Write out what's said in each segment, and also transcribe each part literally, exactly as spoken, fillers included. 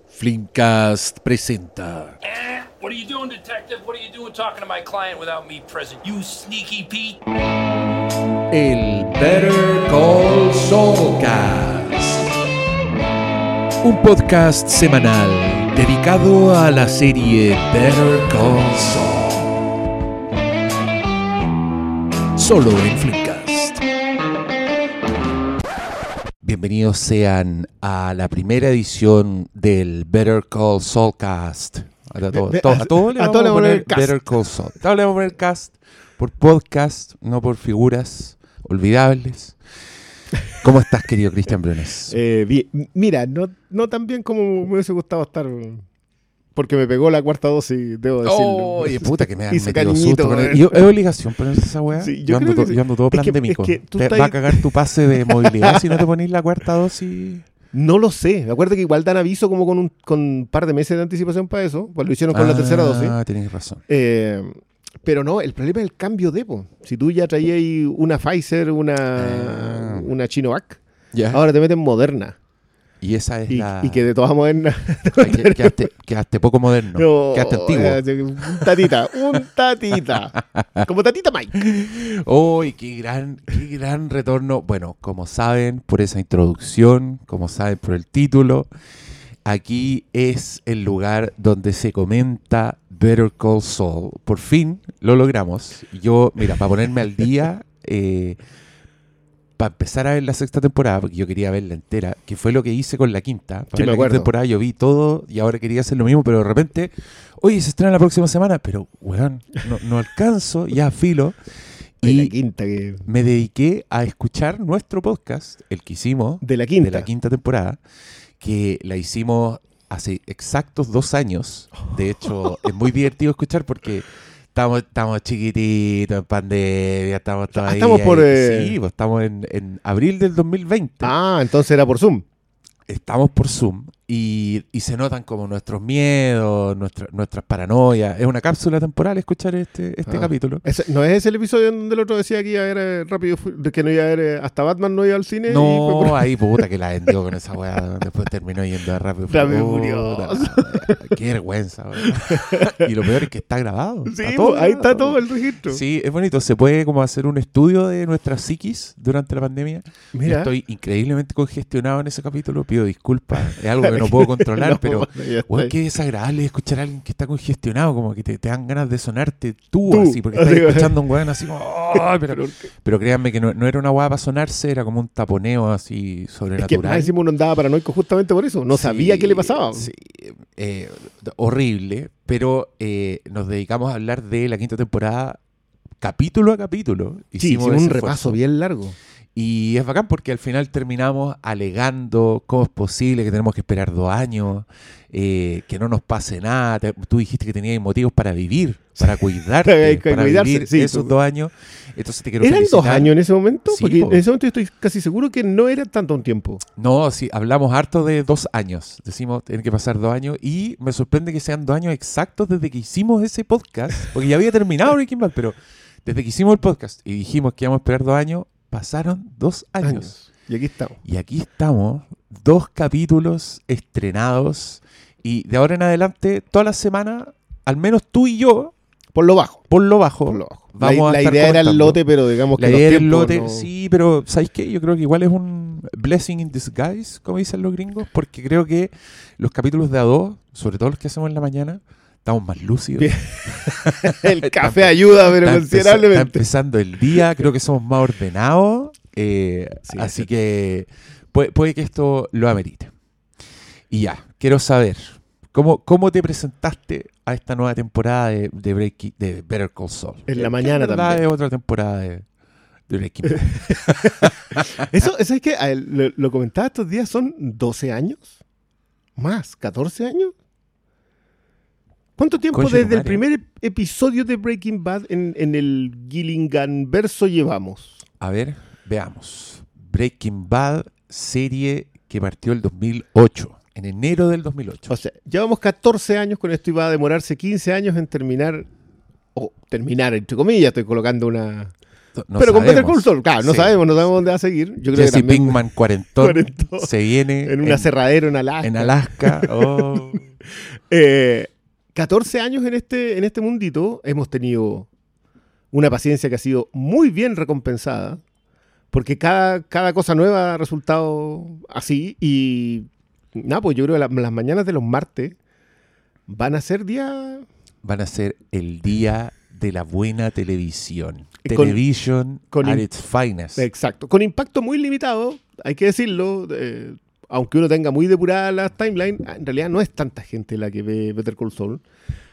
Flimcast presenta. Eh? What are you doing, detective? What are you doing talking to my client without me present? You sneaky Pete. El Better Call Saulcast. Un podcast semanal dedicado a la serie Better Call Saul. Solo en Flimcast. Bienvenidos sean a la primera edición del Better Call Saulcast. A todos to, to, to, le vamos a poner Better Call Saul. A todos le vamos a poner cast por podcast, no por figuras olvidables. ¿Cómo estás, querido Cristian Briones? Eh, bien, mira, no, no tan bien como me hubiese gustado estar, porque me pegó la cuarta dosis, debo decirlo. Oye, oh, puta, que me han Hice metido cariñito, susto. El, yo, ¿es obligación ponerse esa weá? Sí, yo, yo, ando to, sí. yo ando todo es pandémico. que, es que Te estás... va a cagar tu pase de movilidad si no te ponís la cuarta dosis. No lo sé. Me acuerdo que igual dan aviso como con un con un par de meses de anticipación para eso. Pues lo hicieron con ah, la tercera dosis. Ah, tenés razón. Eh, pero no, el problema es el cambio de... Po. Si tú ya traías una Pfizer, una, ah. una Chinovac, ¿Ya? ahora te meten Moderna. Y esa es y, la... y que de todas modernas... que, quedaste, quedaste poco moderno. No, quedaste antiguo. Eh, un tatita, un tatita. Como tatita Mike. ¡Uy, qué gran, qué gran retorno! Bueno, como saben por esa introducción, como saben por el título, aquí es el lugar donde se comenta Better Call Saul. Por fin lo logramos. Yo, mira, para ponerme al día... Eh, para empezar a ver la sexta temporada, porque yo quería verla entera, que fue lo que hice con la quinta. Para Sí, ver me la acuerdo. quinta temporada yo vi todo y ahora quería hacer lo mismo, pero de repente, oye, se estrena la próxima semana, pero, weón, no, no alcanzo, ya filo. De Y la quinta que... me dediqué a escuchar nuestro podcast, el que hicimos, De la quinta. de la quinta temporada, que la hicimos hace exactos dos años. De hecho, es muy divertido escuchar porque... Estamos, estamos chiquititos, en pandemia, estamos todavía... estamos por... Eh... Sí, pues estamos en, en abril del dos mil veinte. Ah, entonces era por Zoom. Estamos por Zoom y, y se notan como nuestros miedos, nuestra, nuestras paranoias. Es una cápsula temporal escuchar este, este ah. capítulo. Ese, ¿No es ese el episodio donde el otro decía que iba a ver eh, rápido, que no iba a ver, eh, hasta Batman no iba al cine? No, y fue por... ahí puta que la vendió con esa weá. Después terminó yendo a Rápido y Rápido y Furioso. Furioso. Qué vergüenza, weón. Y lo peor es que está grabado. Sí, está todo ahí grabado. está todo el registro. Sí, es bonito. Se puede como hacer un estudio de nuestra psiquis durante la pandemia. Mira. Yo estoy increíblemente congestionado en ese capítulo. Pido disculpas. Es algo que no puedo controlar, No, pero ya bueno, está. qué desagradable escuchar a alguien que está congestionado, como que te, te dan ganas de sonarte tú, Tú, así, porque así, estás escuchando a un weón así como... "Ay", pero, Pero, pero créanme que no, no era una weá para sonarse, era como un taponeo así es que sobrenatural. más encima uno andaba paranoico justamente por eso. No Sí, sabía qué le pasaba. Sí, eh, horrible, pero eh, nos dedicamos a hablar de la quinta temporada capítulo a capítulo. Sí, Hicimos hicimos ese un repaso esfuerzo. bien largo. Y es bacán porque al final terminamos alegando cómo es posible que tenemos que esperar dos años, eh, que no nos pase nada. Te- tú dijiste que tenías motivos para vivir, para cuidarte, Hay que para cuidarse, vivir sí, esos tú- dos años. Entonces te quiero ¿Eran felicitar. dos años en ese momento? Sí, Porque po. en ese momento estoy casi seguro que no era tanto un tiempo. No, sí, hablamos harto de dos años. Decimos, tienen que pasar dos años. Y me sorprende que sean dos años exactos desde que hicimos ese podcast. Porque ya había terminado Breaking Bad, pero desde que hicimos el podcast y dijimos que íbamos a esperar dos años, pasaron dos años. Años. Y aquí estamos. Y aquí estamos, dos capítulos estrenados. Y de ahora en adelante, toda la semana, al menos tú y yo, Por lo bajo. por lo bajo, Por lo bajo. vamos la a la estar idea era el comentando. lote, pero digamos que La los idea del tiempos lote, no- sí, pero ¿sabes qué? Yo creo que igual es un blessing in disguise, como dicen los gringos, porque creo que los capítulos de A dos, sobre todo los que hacemos en la mañana, estamos más lúcidos. Bien. El café ayuda, pero Está, empeza- está considerablemente. empezando el día, creo que somos más ordenados, eh, Sí, así es que puede, puede que esto lo amerite. Y ya, quiero saber, ¿cómo, cómo te presentaste a esta nueva temporada de, de, Breaking, de Better Call Saul? En Que- la que mañana verdad también. es otra temporada de, de Breaking Bad. Eso, eso es que a él, lo, lo comentaba estos días, son doce años. Más, catorce años. ¿Cuánto tiempo Conche tu desde el madre. primer ep- episodio de Breaking Bad en, en el Gilligan verso llevamos? A ver, veamos. Breaking Bad, serie que partió el dos mil ocho, en enero del dos mil ocho. O sea, llevamos catorce años con esto y va a demorarse quince años en terminar, o terminar, entre comillas, estoy colocando una, No pero con Better sabemos. Call Saul, claro, no Sí. sabemos, no sabemos dónde va a seguir. Yo creo Jesse que también Pinkman, cuarentón, cuarentón, se viene en un aserradero en Alaska. en Alaska. Oh. Eh, catorce años en este, en este mundito, hemos tenido una paciencia que ha sido muy bien recompensada, porque cada, cada cosa nueva ha resultado así, y nada, pues yo creo que la- las mañanas de los martes van a ser día... Van a ser el día de la buena televisión. Y con- Television con at in- its finest. Exacto, con impacto muy limitado, hay que decirlo, eh, aunque uno tenga muy depurada la timeline, en realidad no es tanta gente la que ve Better Call Saul.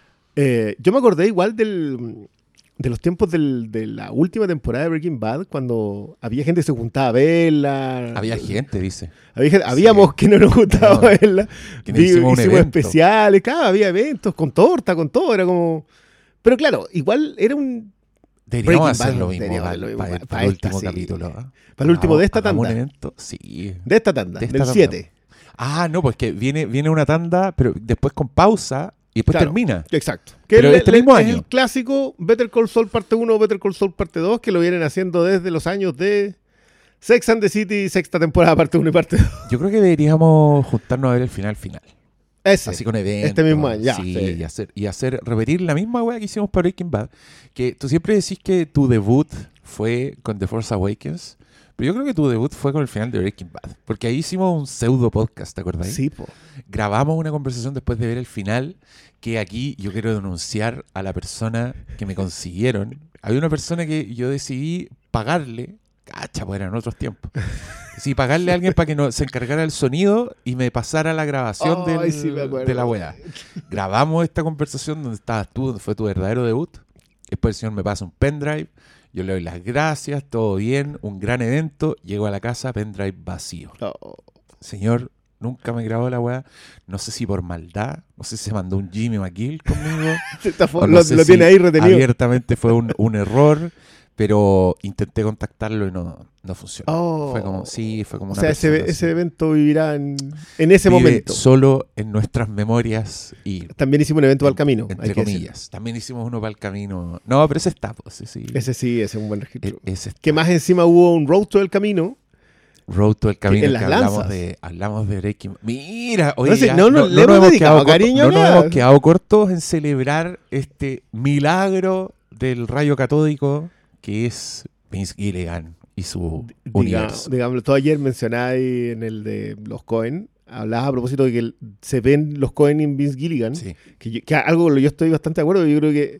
Eh, yo me acordé igual del, de los tiempos del- de la última temporada de Breaking Bad, cuando había gente que se juntaba a verla. Había gente, dice. Había gente- habíamos que no nos gustaba No, verla. que no Vi- hicimos un evento. especiales, claro, había eventos con torta, con todo, era como... Pero claro, igual era un... Deberíamos Breaking hacer Bad, lo mismo deberíamos para, hacer lo mismo, para- para para el esta, último sí. capítulo. ¿ah? Para el último de esta Hagamos tanda. un evento, sí. De esta tanda, De esta del tanda. siete. Ah, no, pues que viene, viene una tanda, pero después con pausa y después Claro. termina. Exacto. Pero es, este mismo es año. el clásico Better Call Saul parte uno, Better Call Saul parte dos, que lo vienen haciendo desde los años de Sex and the City, sexta temporada, parte uno y parte dos. Yo creo que deberíamos juntarnos a ver el final final. Ese. Así con eventos. Este mismo año, ya, Sí, sí. Y, hacer, y hacer, repetir la misma weá que hicimos para Breaking Bad. Que tú siempre decís que tu debut fue con The Force Awakens. Pero yo creo que tu debut fue con el final de Breaking Bad. Porque ahí hicimos un pseudo podcast, ¿te acuerdas? Sí, po. Grabamos una conversación después de ver el final, que aquí yo quiero denunciar a la persona que me consiguieron. Había una persona que yo decidí pagarle, cacha, pues eran otros tiempos. Sí, pagarle a alguien para que no, se encargara del sonido y me pasara la grabación Ay, del- sí me acuerdo. de la weá. Grabamos esta conversación donde estabas tú, donde fue tu verdadero debut. Después el señor me pasa un pendrive. Yo le doy las gracias, todo bien, un gran evento. Llego a la casa, pendrive vacío. Oh. Señor, nunca me grabó la weá. No sé si por maldad, no sé si se mandó un Jimmy McGill conmigo. Esta o fo- no lo sé lo si tiene ahí retenido. abiertamente fue un, un error, pero intenté contactarlo y no, no funcionó. Oh. Fue como, sí, fue como O una sea, ese, persona ese así. evento vivirá en, en ese Vive momento. solo en nuestras memorias y También hicimos un evento para el camino. entre hay que comillas. También hicimos uno para el camino. No, pero ese está, pues, sí, sí. decirlo. Ese sí, ese es un buen registro. E- ese está. Que más encima hubo un road to el camino. Road to el camino en que las hablamos lanzas. de, hablamos de Breaking. Mira, oye, No sé, ya, no, no, le nos hemos dedicado quedado cor- cariño no nos acá. hemos quedado cortos en celebrar este milagro del rayo catódico que es Vince Gilligan y su Diga- universo. digamos, todo ayer mencionáis en el de los Cohen, hablabas a propósito de que el- se ven los Cohen en Vince Gilligan, Sí. que, yo- que algo con lo que yo estoy bastante de acuerdo. Yo creo que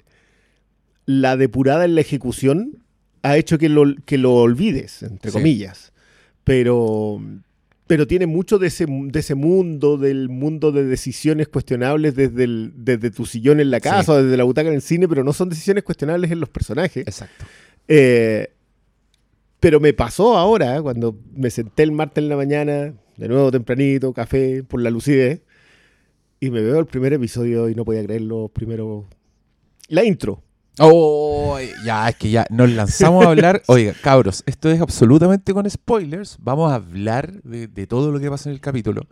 la depurada en la ejecución ha hecho que lo, que lo olvides, entre Sí. comillas. Pero, pero tiene mucho de ese, de ese mundo, del mundo de decisiones cuestionables desde, el, desde tu sillón en la casa Sí. o desde la butaca en el cine, pero no son decisiones cuestionables en los personajes. Exacto. Eh, pero me pasó ahora, cuando me senté el martes en la mañana, de nuevo tempranito, café, por la lucidez, y me veo el primer episodio y no podía creerlo primero. La intro. Oh, ya, es que ya nos lanzamos a hablar. Oiga, cabros, esto es absolutamente con spoilers. Vamos a hablar de, de todo lo que pasa en el capítulo.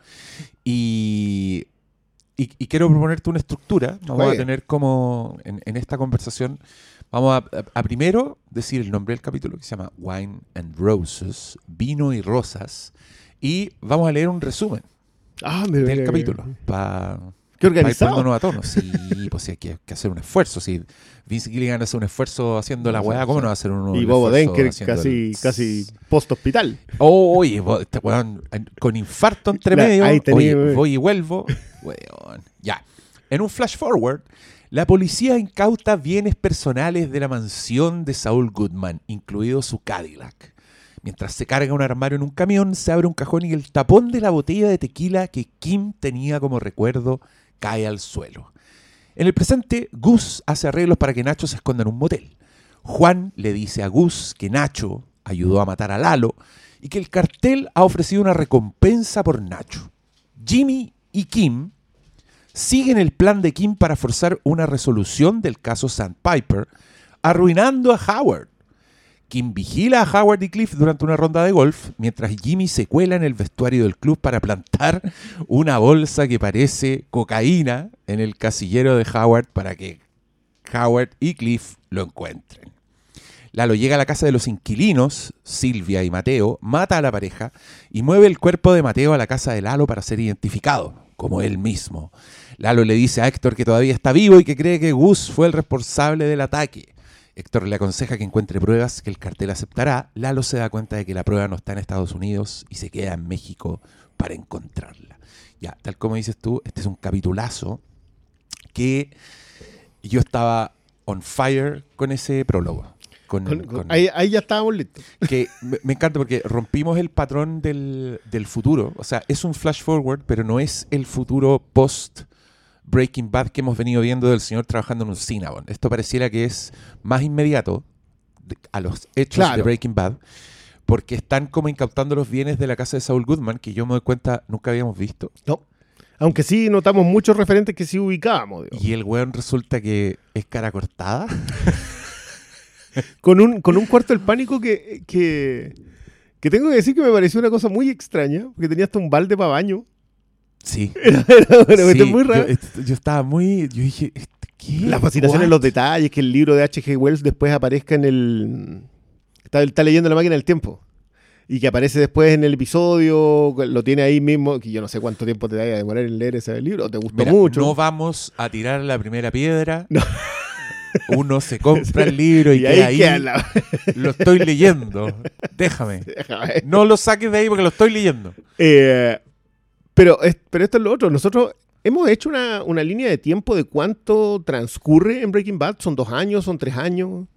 Y, y, y quiero proponerte una estructura. Vamos Juegue. a tener como en, en esta conversación. Vamos a, a- a primero decir el nombre del capítulo, que se llama Wine and Roses, Vino y Rosas. Y vamos a leer un resumen Ah, me del capítulo. Para Qué para ir organizado. poniéndonos a tono. Sí, pues sí, hay que, que hacer un esfuerzo. Si Vince Gilligan hace un esfuerzo haciendo la weá, ¿cómo no va a hacer uno? Y un Bobo esfuerzo Denker haciendo casi, el- casi post-hospital. Oh, oye, bo- este weón, en- con infarto entre La- medio. ahí tenía- Oye, voy y vuelvo. Weón. Ya. En un flash forward, la policía incauta bienes personales de la mansión de Saul Goodman, incluido su Cadillac. Mientras se carga un armario en un camión, se abre un cajón y el tapón de la botella de tequila que Kim tenía como recuerdo cae al suelo. En el presente, Gus hace arreglos para que Nacho se esconda en un motel. Juan le dice a Gus que Nacho ayudó a matar a Lalo y que el cartel ha ofrecido una recompensa por Nacho. Jimmy y Kim siguen el plan de Kim para forzar una resolución del caso Sandpiper, arruinando a Howard. Kim vigila a Howard y Cliff durante una ronda de golf, mientras Jimmy se cuela en el vestuario del club para plantar una bolsa que parece cocaína en el casillero de Howard para que Howard y Cliff lo encuentren. Lalo llega a la casa de los inquilinos, Silvia y Mateo, mata a la pareja y mueve el cuerpo de Mateo a la casa de Lalo para ser identificado, como él mismo. Lalo le dice a Héctor que todavía está vivo y que cree que Gus fue el responsable del ataque. Héctor le aconseja que encuentre pruebas que el cartel aceptará. Lalo se da cuenta de que la prueba no está en Estados Unidos y se queda en México para encontrarla. Ya, tal como dices tú, este es un capitulazo que yo estaba on fire con ese prólogo. Con, Con- con- con- ahí, ahí ya estábamos listos. que me, me encanta porque rompimos el patrón del, del futuro. O sea, es un flash forward, pero no es el futuro post Breaking Bad que hemos venido viendo del señor trabajando en un Cinnabon. Esto pareciera que es más inmediato de- a los hechos Claro. de Breaking Bad, porque están como incautando los bienes de la casa de Saul Goodman, que yo me doy cuenta nunca habíamos visto. No. Aunque sí notamos muchos referentes que sí ubicábamos. digo. Y el weón resulta que es cara cortada. Con un, con un cuarto del pánico que, que, que tengo que decir que me pareció una cosa muy extraña, porque tenía hasta un balde para baño. Sí. Era, era una Sí, cuestión muy rara. Yo, est- yo estaba muy... Yo dije, ¿qué? La fascinación en What? los detalles, que el libro de H G. Wells después aparezca en el... Está, está leyendo La máquina del tiempo. Y que aparece después en el episodio, lo tiene ahí mismo, que yo no sé cuánto tiempo te vaya a demorar en leer ese libro, te gustó Mira, mucho. no vamos a tirar la primera piedra. No. Uno se compra el libro y, y queda ahí ahí. queda la... Lo estoy leyendo. Déjame. Déjame. No lo saques de ahí porque lo estoy leyendo. Eh, pero, es- pero esto es lo otro. Nosotros hemos hecho una, una línea de tiempo de cuánto transcurre en Breaking Bad. ¿Son dos años? ¿Son tres años?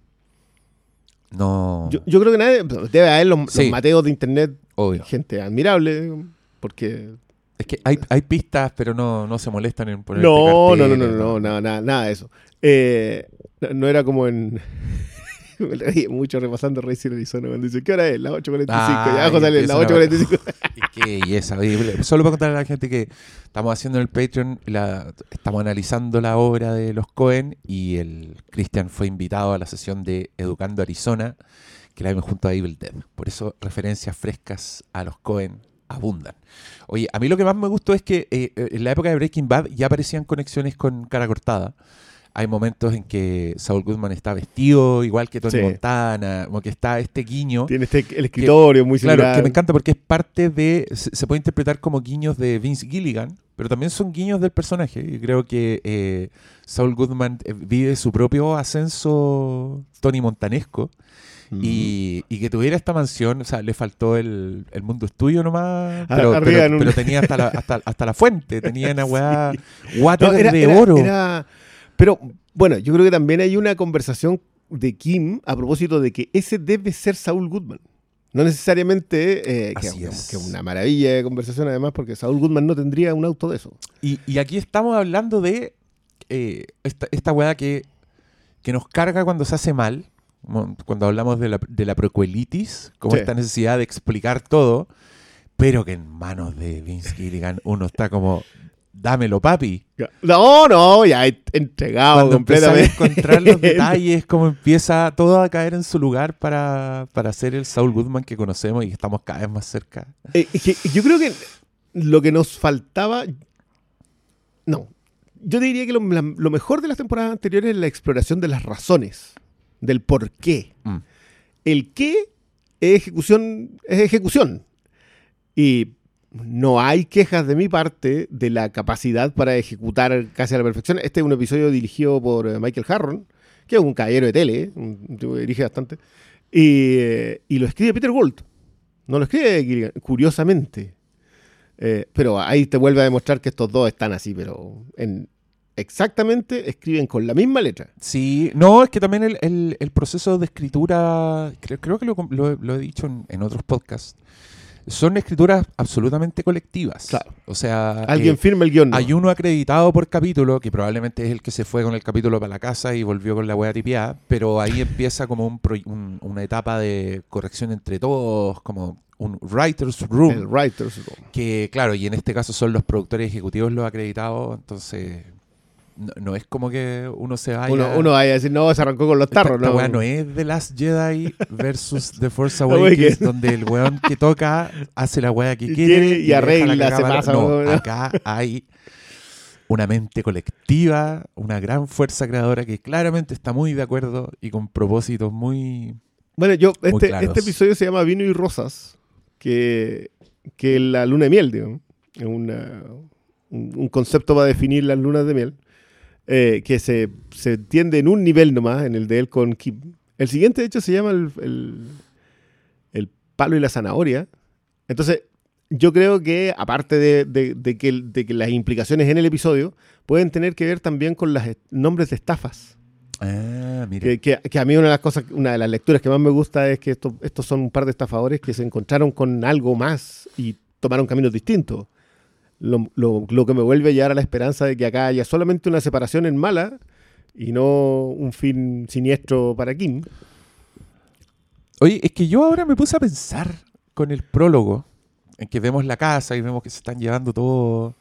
No. Yo, yo creo que nadie... Debe haber los, Sí. los mateos de internet, Obvio. gente admirable, porque... Es que hay, hay pistas, pero no, no se molestan en poner. No, no, no, no, no, nada, nada, nada de eso. Eh, no, no era como en... Me reí mucho repasando Racing Arizona cuando dice, ¿qué hora es? Las ocho cuarenta y cinco. Ah, Ya abajo y sale las empiezan a- ocho cuarenta y cinco. Qué belleza. Oye, solo para contarle a la gente que estamos haciendo en el Patreon, la, estamos analizando la obra de los Coen y el Christian fue invitado a la sesión de Educando Arizona, que la vimos junto a Evil Dead. Por eso referencias frescas a los Coen abundan. Oye, a mí lo que más me gustó es que eh, en la época de Breaking Bad ya aparecían conexiones con Cara Cortada. Hay momentos en que Saul Goodman está vestido igual que Tony Sí. Montana, como que está este guiño. Tiene este, el escritorio muy similar. Claro, que me encanta porque es parte de... Se, se puede interpretar como guiños de Vince Gilligan, pero también son guiños del personaje. Yo creo que eh, Saul Goodman eh, vive su propio ascenso Tony Montanesco. Mm. Y, y que tuviera esta mansión, o sea, le faltó el, el mundo estudio nomás, A- pero, arriba pero, en un- pero tenía hasta la, hasta, hasta la fuente, tenía una weá, water No, era- de era- oro. era- pero bueno, yo creo que también hay una conversación de Kim a propósito de que ese debe ser Saul Goodman. No necesariamente, eh, que, Así que- es. que una maravilla de conversación además, porque Saul Goodman no tendría un auto de eso. Y, y aquí estamos hablando de eh, esta, esta weá que, que nos carga cuando se hace mal, como cuando hablamos de la, de la prequelitis, como Sí. esta necesidad de explicar todo, pero que en manos de Vince Gilligan uno está como, dámelo papi. No, no, ya he entregado Cuando empieza a completamente. encontrar los detalles, cómo empieza todo a caer en su lugar para, para ser el Saul Goodman que conocemos y que estamos cada vez más cerca. Eh, es que yo creo que lo que nos faltaba. No. Yo diría que lo, la- lo mejor de las temporadas anteriores es la exploración de las razones, del por qué. Mm. El qué es ejecución, es ejecución. Y no hay quejas de mi parte de la capacidad para ejecutar casi a la perfección. Este es un episodio dirigido por eh, Michael Harron, que es un caballero de tele, ¿eh? un un tipo que dirige bastante. Y, eh, y lo escribe Peter Gould. No lo escribe Gilligan, curiosamente. Eh, pero ahí te vuelve a demostrar que estos dos están así, pero en, exactamente escriben con la misma letra. Sí, no, es que también el, el- el proceso de escritura, creo, creo que lo, lo- lo he dicho en, en otros podcasts, son escrituras absolutamente colectivas. Claro. O sea, Alguien eh, firma el guión. ¿no? hay uno acreditado por capítulo, que probablemente es el que se fue con el capítulo para la casa y volvió con la wea tipiada, pero ahí empieza como un pro- un- una etapa de corrección entre todos, como un writer's room. El writer's room. Que claro, y en este caso son los productores ejecutivos los acreditados, entonces no, no es como que uno se vaya... Uno, uno vaya a decir, no, se arrancó con los esta, tarros. esta no, weá no es The Last Jedi versus The Force Awakens. Awakens, donde el weón que toca hace la weá que Y quiere, quiere y deja la arregla, cagada se para- pasa, No, weón. acá hay una mente colectiva, una gran fuerza creadora que claramente está muy de acuerdo y con propósitos muy Bueno, yo Muy este, claros. este episodio se llama Vino y Rosas, que, que es la luna de miel, digamos. Es una- un, un concepto para definir las lunas de miel, eh, que se, se entiende en un nivel nomás, en el de él con Kim. El siguiente, de hecho, se llama el, el, el palo y la zanahoria. Entonces, yo creo que, aparte de, de- de que, el- de que las implicaciones en el episodio, pueden tener que ver también con los nombres de estafas. Ah, mira. Que, que- que a mí una de las cosas, una de las lecturas que más me gusta es que estos, estos son un par de estafadores que se encontraron con algo más y tomaron caminos distintos. Lo, lo- lo que me vuelve a llevar a la esperanza de que acá haya solamente una separación en mala y no un fin siniestro para Kim. Oye, es que yo ahora me puse a pensar con el prólogo, en que vemos la casa y vemos que se están llevando todo.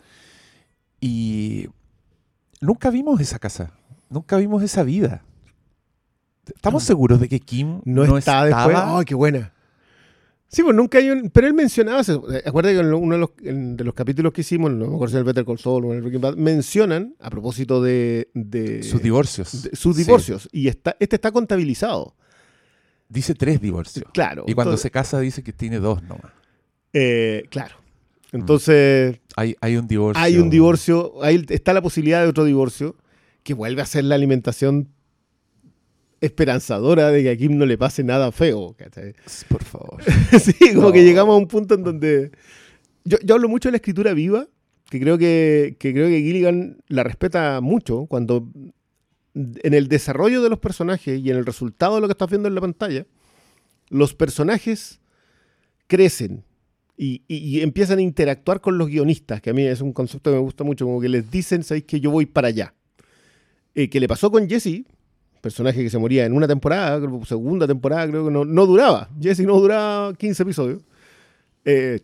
Y nunca vimos esa casa, nunca vimos esa vida. ¿Estamos seguros de que Kim No, no, está estaba? después. ¡Ay, qué buena! Sí, pues nunca hay un. Pero él mencionaba. se- Acuérdate que en uno de los, en- de los capítulos que hicimos, no me acuerdo si en el Better Call Saul o en el Breaking Bad, mencionan, a propósito de. de Sus divorcios. de sus Sí. divorcios. Y está, este está contabilizado. Dice tres divorcios. Claro. Y cuando entonces- se casa dice que tiene dos nomás. eh, claro. Entonces, Hay, hay un divorcio. hay un divorcio. Ahí está la posibilidad de otro divorcio que vuelve a ser la alimentación esperanzadora de que a Kim no le pase nada feo. ¿Cachai? Por favor. Sí, como No. que llegamos a un punto en donde... Yo, yo hablo mucho de la escritura viva, que creo que, que creo que Gilligan la respeta mucho cuando en el desarrollo de los personajes y en el resultado de lo que estás viendo en la pantalla, los personajes crecen y, y- y empiezan a interactuar con los guionistas, que a mí es un concepto que me gusta mucho, como que les dicen, sabéis que yo voy para allá. Eh, que le pasó con Jesse, personaje que se moría en una temporada, creo, segunda temporada, creo que no, no duraba. Jesse no duraba quince episodios. Eh,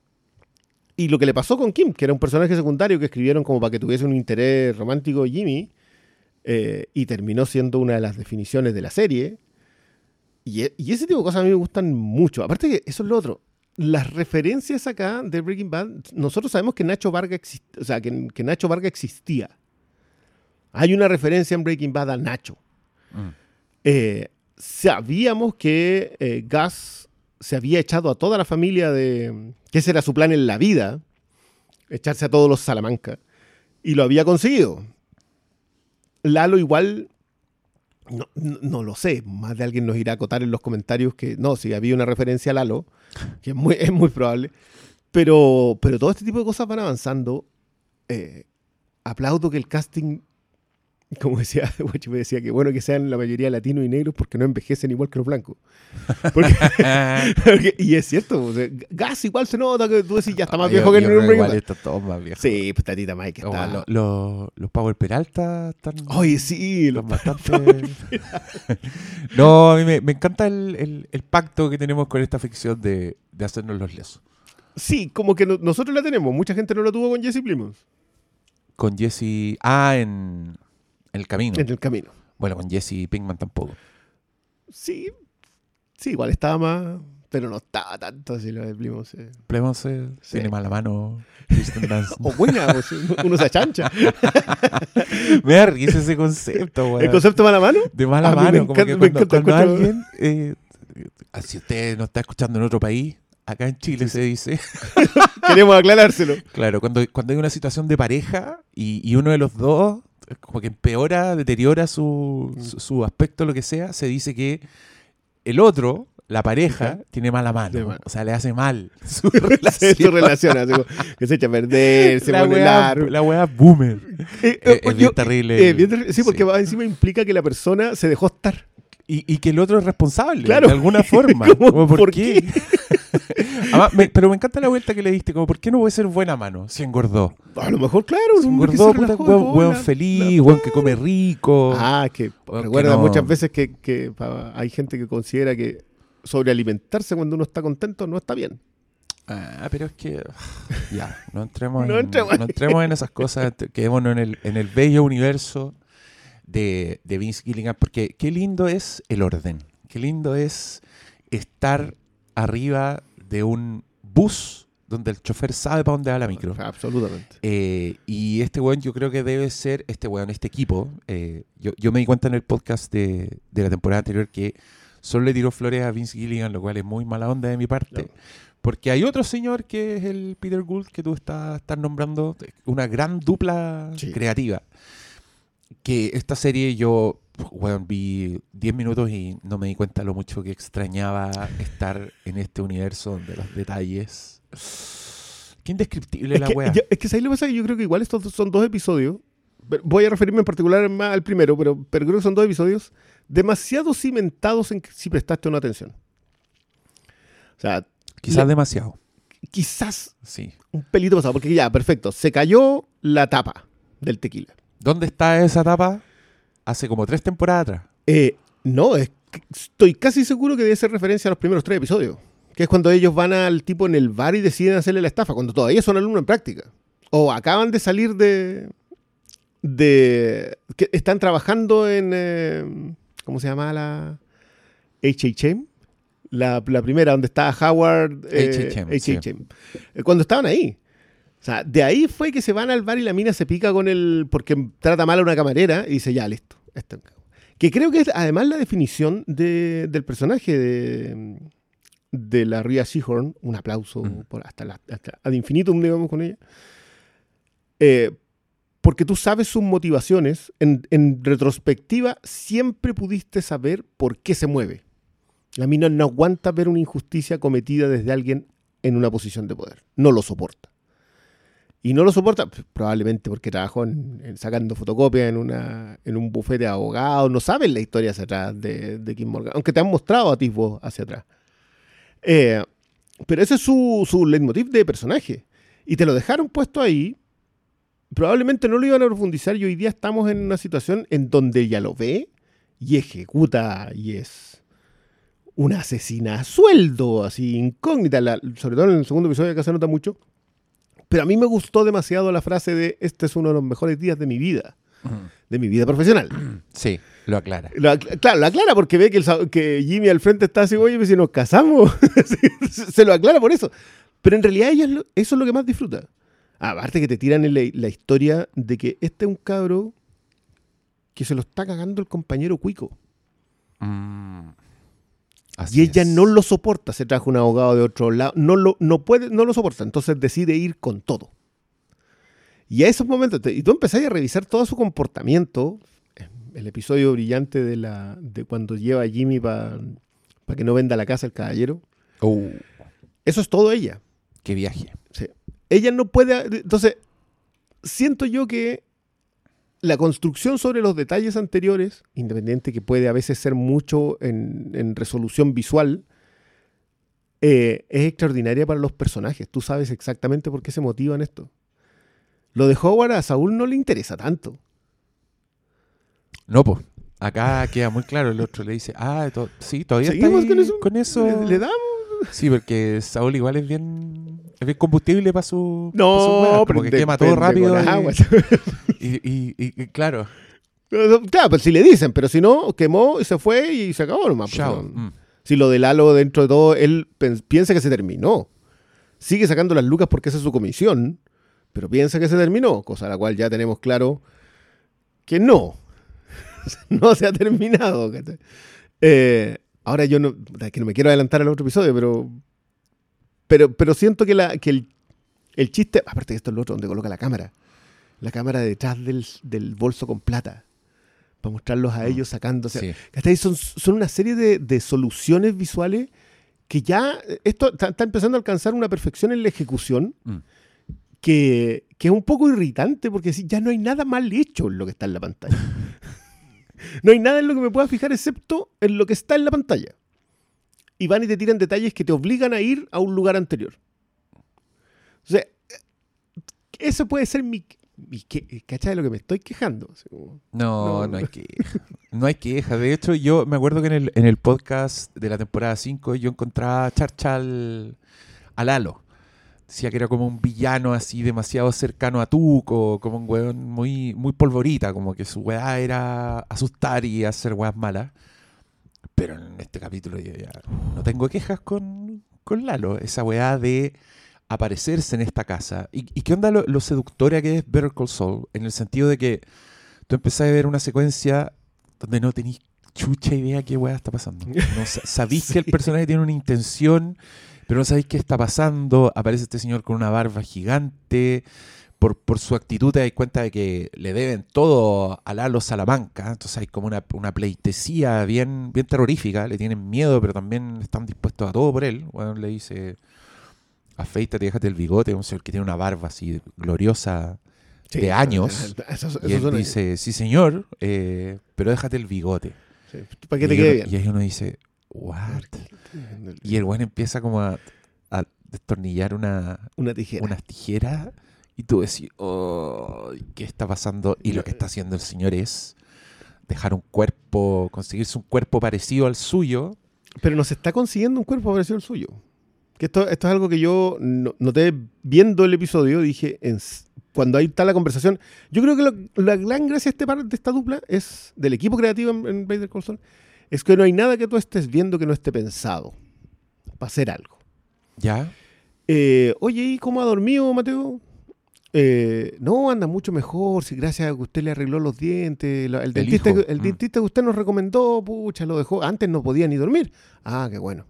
y lo que le pasó con Kim, que era un personaje secundario que escribieron como para que tuviese un interés romántico Jimmy, eh, y terminó siendo una de las definiciones de la serie. Y, e- y ese tipo de cosas a mí me gustan mucho. Aparte que eso es lo otro. Las referencias acá de Breaking Bad, nosotros sabemos que Nacho Varga, exist- o sea, que, que Nacho Varga existía. Hay una referencia en Breaking Bad a Nacho. Mm. Eh, sabíamos que eh, Gus se había echado a toda la familia de... que ese era su plan en la vida, echarse a todos los Salamanca, y lo había conseguido. Lalo igual, no, no, no lo sé, más de alguien nos irá a acotar en los comentarios que no, si había una referencia a Lalo, que es muy, es muy probable, pero, pero todo este tipo de cosas van avanzando. Eh, aplaudo que el casting... Como decía, Guachi me decía que bueno que sean la mayoría latinos y negros porque no envejecen igual que los blancos. Porque- porque- y es cierto, o sea, Gas igual se nota que tú decís ya está más Ay, viejo yo- que yo en creo un que Breaking igual Bad. está todo más viejo. Sí, pues Tatita Mike Oh, está. lo- lo- los Power Peralta están, Oye, sí, están lo- bastante... No, a mí me, me encanta el, el- el pacto que tenemos con esta ficción de, de hacernos los lesos. sí, como que no- nosotros la tenemos. Mucha gente no la tuvo con Jesse Plimons Con Jesse... Ah, en, en El Camino. en el camino. Bueno, con Jesse Pinkman tampoco. Sí, sí, igual estaba más, pero no estaba tanto así lo de Plimons. eh. Plemons eh, Sí. tiene mala mano. Kristen Dunst. O buena, o sea, uno se achancha. Me da risa ese concepto, güey. El concepto mala mano. De mala A mí me mano. Como encanta- que me cuando, encanta cuando escuchar- alguien... eh, eh, si usted no está escuchando en otro país, acá en Chile se dice... Queremos aclarárselo. Claro, cuando, cuando hay una situación de pareja y, y uno de los dos eh, como que empeora, deteriora su, su, su aspecto, lo que sea, se dice que el otro, la pareja, tiene mala mano. Tiene mala- O sea, le hace mal su Se relación. su relación, así como que se echa a perder, se la pone wea, largo. la wea boomer. Eh, Es- eh, es yo- bien terrible eh, el- bien terrible, sí, porque sí. va encima implica que la persona se dejó estar. Y, y que el otro es responsable, Claro. de alguna forma. ¿Cómo? Como, ¿por, ¿Por qué? Además, me- pero me encanta la vuelta que le diste, como, ¿por qué no voy a ser buena mano si engordó? A lo mejor, claro, Si un hombre que engordó, se puta, relajó, hueón, dejó hueón la- feliz, la- hueón que come rico. Ah, que Hueón recuerda que no- muchas veces que, que pa- hay gente que considera que sobrealimentarse cuando uno está contento no está bien. Ah, pero es que... Ya, no entremos, No en, entremos no entremos en esas cosas, te- quedémonos en el, en el bello universo de, de Vince Gilligan, porque qué lindo es el orden, qué lindo es estar arriba de un bus donde el chofer sabe para dónde va la micro. Absolutamente. Eh, y este weón yo creo que debe ser, este weón, este equipo, eh, yo, yo me di cuenta en el podcast de, de la temporada anterior que solo le tiró flores a Vince Gilligan, lo cual es muy mala onda de mi parte. No. Porque hay otro señor que es el Peter Gould que tú estás, estás nombrando, una gran dupla Sí. creativa. Que esta serie yo, bueno, vi diez minutos y no me di cuenta lo mucho que extrañaba estar en este universo donde los detalles... Qué indescriptible Es la que, wea. yo- es que ¿sabes lo que pasa? Yo creo que igual estos dos- son dos episodios. Pero voy a referirme en particular más al primero, pero, pero creo que son dos episodios demasiado cimentados en que si prestaste una atención. O sea, Quizás le- demasiado. quizás Sí. un pelito pasado, porque ya, perfecto, se cayó la tapa del tequila. ¿Dónde está esa tapa? Hace como tres temporadas atrás. Eh, no, es que estoy casi seguro que debe ser referencia a los primeros tres episodios. Que es cuando ellos van al tipo en el bar y deciden hacerle la estafa, cuando todavía son alumnos en práctica. O acaban de salir de... de que están trabajando en... eh, ¿cómo se llama la...? H H M. La, la primera, donde está Howard... eh, H H M, H H M. Eh, Cuando estaban ahí. O sea, de ahí fue que se van al bar y la mina se pica con el... porque trata mal a una camarera y dice, ya, listo. Esto. Que creo que es además la definición de- del personaje de, de la Rhea Seehorn. Un aplauso Mm. por hasta, la, hasta ad infinitum, digamos, con ella. Eh, porque tú sabes sus motivaciones. En, en retrospectiva, siempre pudiste saber por qué se mueve. La mina no aguanta ver una injusticia cometida desde alguien en una posición de poder. No lo soporta. Y no lo soporta p- probablemente porque trabajó en, en sacando fotocopias en, una, en un bufete de abogados. No saben la historia hacia atrás de, de Kim Morgan. Aunque te han mostrado atisbos hacia atrás. Eh, pero ese es su, su leitmotiv de personaje. Y te lo dejaron puesto ahí. Probablemente no lo iban a profundizar y hoy día estamos en una situación en donde ella lo ve y ejecuta y es una asesina a sueldo, así incógnita, la- sobre todo en el segundo episodio acá se nota mucho. Pero a mí me gustó demasiado la frase de este es uno de los mejores días de mi vida, de mi vida profesional. Sí, lo aclara. Lo acla- claro, lo aclara porque ve que, el sa- que Jimmy al frente está así, oye, pues si nos casamos, se se lo aclara por eso. Pero en realidad ella es lo- eso es lo que más disfruta. Aparte que te tiran en la, la historia de que este es un cabro que se lo está cagando el compañero cuico. Mm, así Y ella es. no lo soporta, se trajo un abogado de otro lado, no lo, no puede, no lo soporta, entonces decide ir con todo. Y a esos momentos, te- y tú empezás a revisar todo su comportamiento, el episodio brillante de la de cuando lleva a Jimmy para que no venda la casa el caballero, Oh, eso es todo ella. qué viaje. Sí. Ella no puede, entonces, siento yo que la construcción sobre los detalles anteriores, independiente que puede a veces ser mucho en, en resolución visual, eh, es extraordinaria para los personajes. Tú sabes exactamente por qué se motivan esto. Lo de Howard a Saúl no le interesa tanto. No, pues. Acá queda muy claro. El otro le dice, ah, to- sí, todavía está ¿Seguimos ahí con eso? con eso. ¿Le, le damos? Sí, porque Saúl igual es bien, es bien combustible para su. pa' su No, weá, como pero que de- quema todo de- de rápido. con y- aguas. Y, y- y- y claro, Claro, pues si le dicen, pero si no, quemó y se fue y se acabó nomás. pues, chao. no. Mm. Si lo de Lalo dentro de todo, él pen- piensa que se terminó. Sigue sacando las lucas porque esa es su comisión, pero piensa que se terminó, cosa a la cual ya tenemos claro que no. No se ha terminado. ¿cachai? Eh, ahora yo no, es que no me quiero adelantar al otro episodio, pero pero, pero siento que, la, que el, el chiste, aparte de esto es lo otro, donde coloca la cámara, la cámara detrás del, del bolso con plata, para mostrarlos a ellos sacándose. Sí. ¿Cachai? Son, son una serie de, de soluciones visuales que ya, esto está, está empezando a alcanzar una perfección en la ejecución Mm. que, que es un poco irritante porque sí, ya no hay nada mal hecho en lo que está en la pantalla. No hay nada en lo que me pueda fijar excepto en lo que está en la pantalla. Y van y te tiran detalles que te obligan a ir a un lugar anterior. O sea, eso puede ser mi... mi que- ¿Cachai de lo que me estoy quejando? Así como, No, No. no hay queja. No hay queja. De hecho, yo me acuerdo que en el, en el podcast de la temporada cinco yo encontraba a charcha al, a Lalo. Decía que era como un villano así demasiado cercano a Tuco, como un weón muy, muy polvorita, como que su weá era asustar y hacer weas malas. Pero en este capítulo yo ya no tengo quejas con, con Lalo. Esa weá de aparecerse en esta casa. ¿Y, y qué onda lo, lo seductora que es Better Call Saul? En el sentido de que tú empezás a ver una secuencia donde no tenís chucha idea qué weá está pasando. No, sa- sabéis sí. que el personaje tiene una intención, pero no sabéis qué está pasando. Aparece este señor con una barba gigante. Por, por su actitud te das cuenta de que le deben todo a Lalo Salamanca. Entonces hay como una, una pleitesía bien, bien terrorífica. Le tienen miedo, pero también están dispuestos a todo por él. Bueno, le dice, afeítate, déjate el bigote. Un señor que tiene una barba así gloriosa sí, de años. Eso, eso, y él dice, ahí. sí señor, eh, pero déjate el bigote. Sí, para que te quede bien. Y ahí uno dice, what? Y el güey empieza como a, a destornillar una, una tijera. unas tijeras. Y tú decís, oh, ¿qué está pasando? Y lo que está haciendo el señor es dejar un cuerpo, conseguirse un cuerpo parecido al suyo. Pero no se está consiguiendo un cuerpo parecido al suyo. Que esto, esto es algo que yo no, noté viendo el episodio. Dije, en, cuando hay tal la conversación, yo creo que lo, la gran gracia de, este par, de esta dupla es, del equipo creativo en, en Better Call Saul, es que no hay nada que tú estés viendo que no esté pensado para hacer algo. ¿Ya? Eh, oye, ¿y cómo ha dormido, Mateo? Eh, no, anda mucho mejor, si gracias a que usted le arregló los dientes, la, el, el, dentista, que, el mm. dentista que usted nos recomendó, pucha, lo dejó, antes no podía ni dormir. Ah, qué bueno.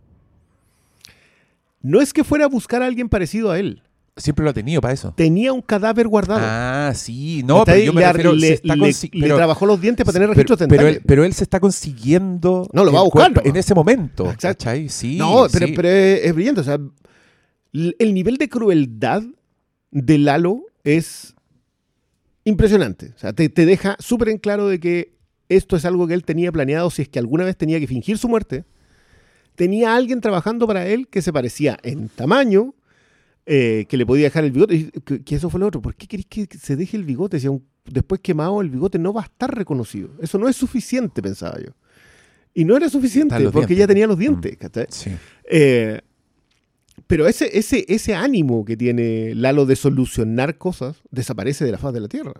No es que fuera a buscar a alguien parecido a él. Siempre lo ha tenido para eso. Tenía un cadáver guardado. Ah, sí, no, pero yo me le, refiero, le, se está le, consi- le pero, trabajó los dientes para tener pero, registros pero dentales. Él, pero él se está consiguiendo no, lo va a buscar, cuerpo, en ese momento. Exacto. ¿Cachai? Sí, no, pero, sí. pero es, es brillante. O sea, el nivel de crueldad de Lalo es impresionante. O sea, te, te deja súper en claro de que esto es algo que él tenía planeado si es que alguna vez tenía que fingir su muerte. Tenía a alguien trabajando para él que se parecía en tamaño, eh, que le podía dejar el bigote. Y que, que eso fue lo otro. ¿Por qué querés que se deje el bigote? Si aún después quemado el bigote no va a estar reconocido. Eso no es suficiente, pensaba yo. Y no era suficiente porque dientes. Ya tenía los dientes. Mm, sí. eh, pero ese, ese, ese ánimo que tiene Lalo de solucionar cosas desaparece de la faz de la Tierra.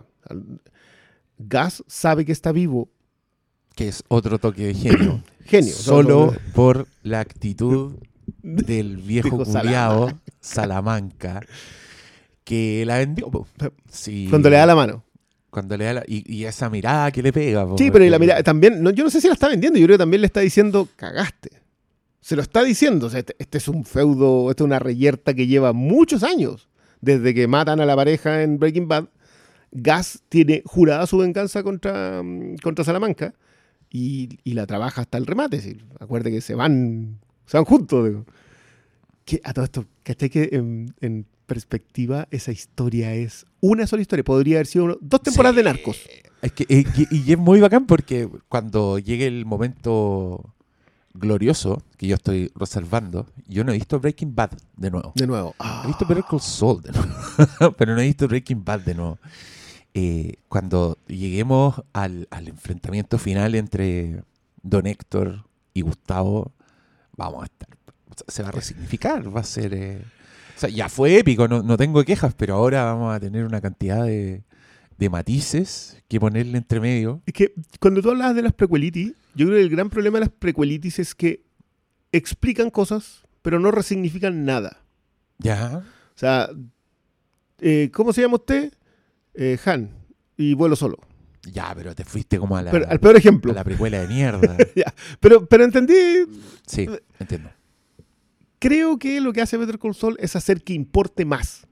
Gas sabe que está vivo. Que es otro toque de genio. Genio. Solo no, por la actitud del viejo culiao Salamanca. Salamanca, que la vendió. Po. Sí. Cuando le da la mano. Cuando le da la, y, y esa mirada que le pega. Po, sí, pero y la mirada también, no, yo no sé si la está vendiendo, yo creo que también le está diciendo, cagaste. Se lo está diciendo. O sea, este, este es un feudo, esta es una reyerta que lleva muchos años. Desde que matan a la pareja en Breaking Bad, Gas tiene jurada su venganza contra, contra Salamanca y, y la trabaja hasta el remate. ¿Sí? Acuerde que se van, se van juntos. Digo. Que a todo esto, ¿cachai? Que en, en perspectiva esa historia es una sola historia. Podría haber sido uno, dos temporadas sí. de Narcos. Es que, y, y es muy bacán porque cuando llegue el momento glorioso que yo estoy reservando, yo no he visto Breaking Bad de nuevo. De nuevo. Ah. He visto Better Call Saul de nuevo, pero no he visto Breaking Bad de nuevo. Eh, cuando lleguemos al, al enfrentamiento final entre Don Héctor y Gustavo, vamos a estar, se va a resignificar, va a ser, eh, o sea, ya fue épico, no, no tengo quejas, pero ahora vamos a tener una cantidad de, de matices que ponerle entre medio. Es que cuando tú hablas de las prequelitis, yo creo que el gran problema de las prequelitis es que explican cosas, pero no resignifican nada. Ya. O sea, eh, ¿cómo se llama usted? Eh, Han. Y vuelo solo. Ya, pero te fuiste como a la... Pero, al peor ejemplo. A la precuela de mierda. ya, pero, pero entendí... Sí, entiendo. Creo que lo que hace Better Call Saul es hacer que importe más.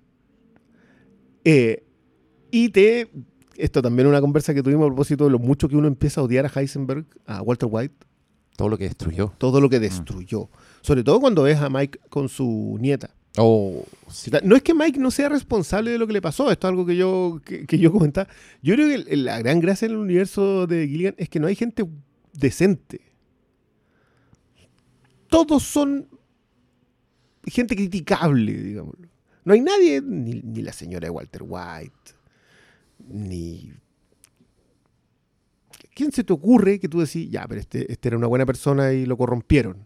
Eh, y te... Esto también es una conversa que tuvimos a propósito de lo mucho que uno empieza a odiar a Heisenberg, a Walter White. Todo lo que destruyó. Todo lo que destruyó. Mm. Sobre todo cuando ves a Mike con su nieta. Oh, sí. No es que Mike no sea responsable de lo que le pasó, esto es algo que yo, que, que yo comentaba. Yo creo que la gran gracia en el universo de Gilligan es que no hay gente decente. Todos son gente criticable, digamos. No hay nadie, ni, ni la señora de Walter White, ni... ¿Quién se te ocurre que tú decís, ya, pero este, este era una buena persona y lo corrompieron?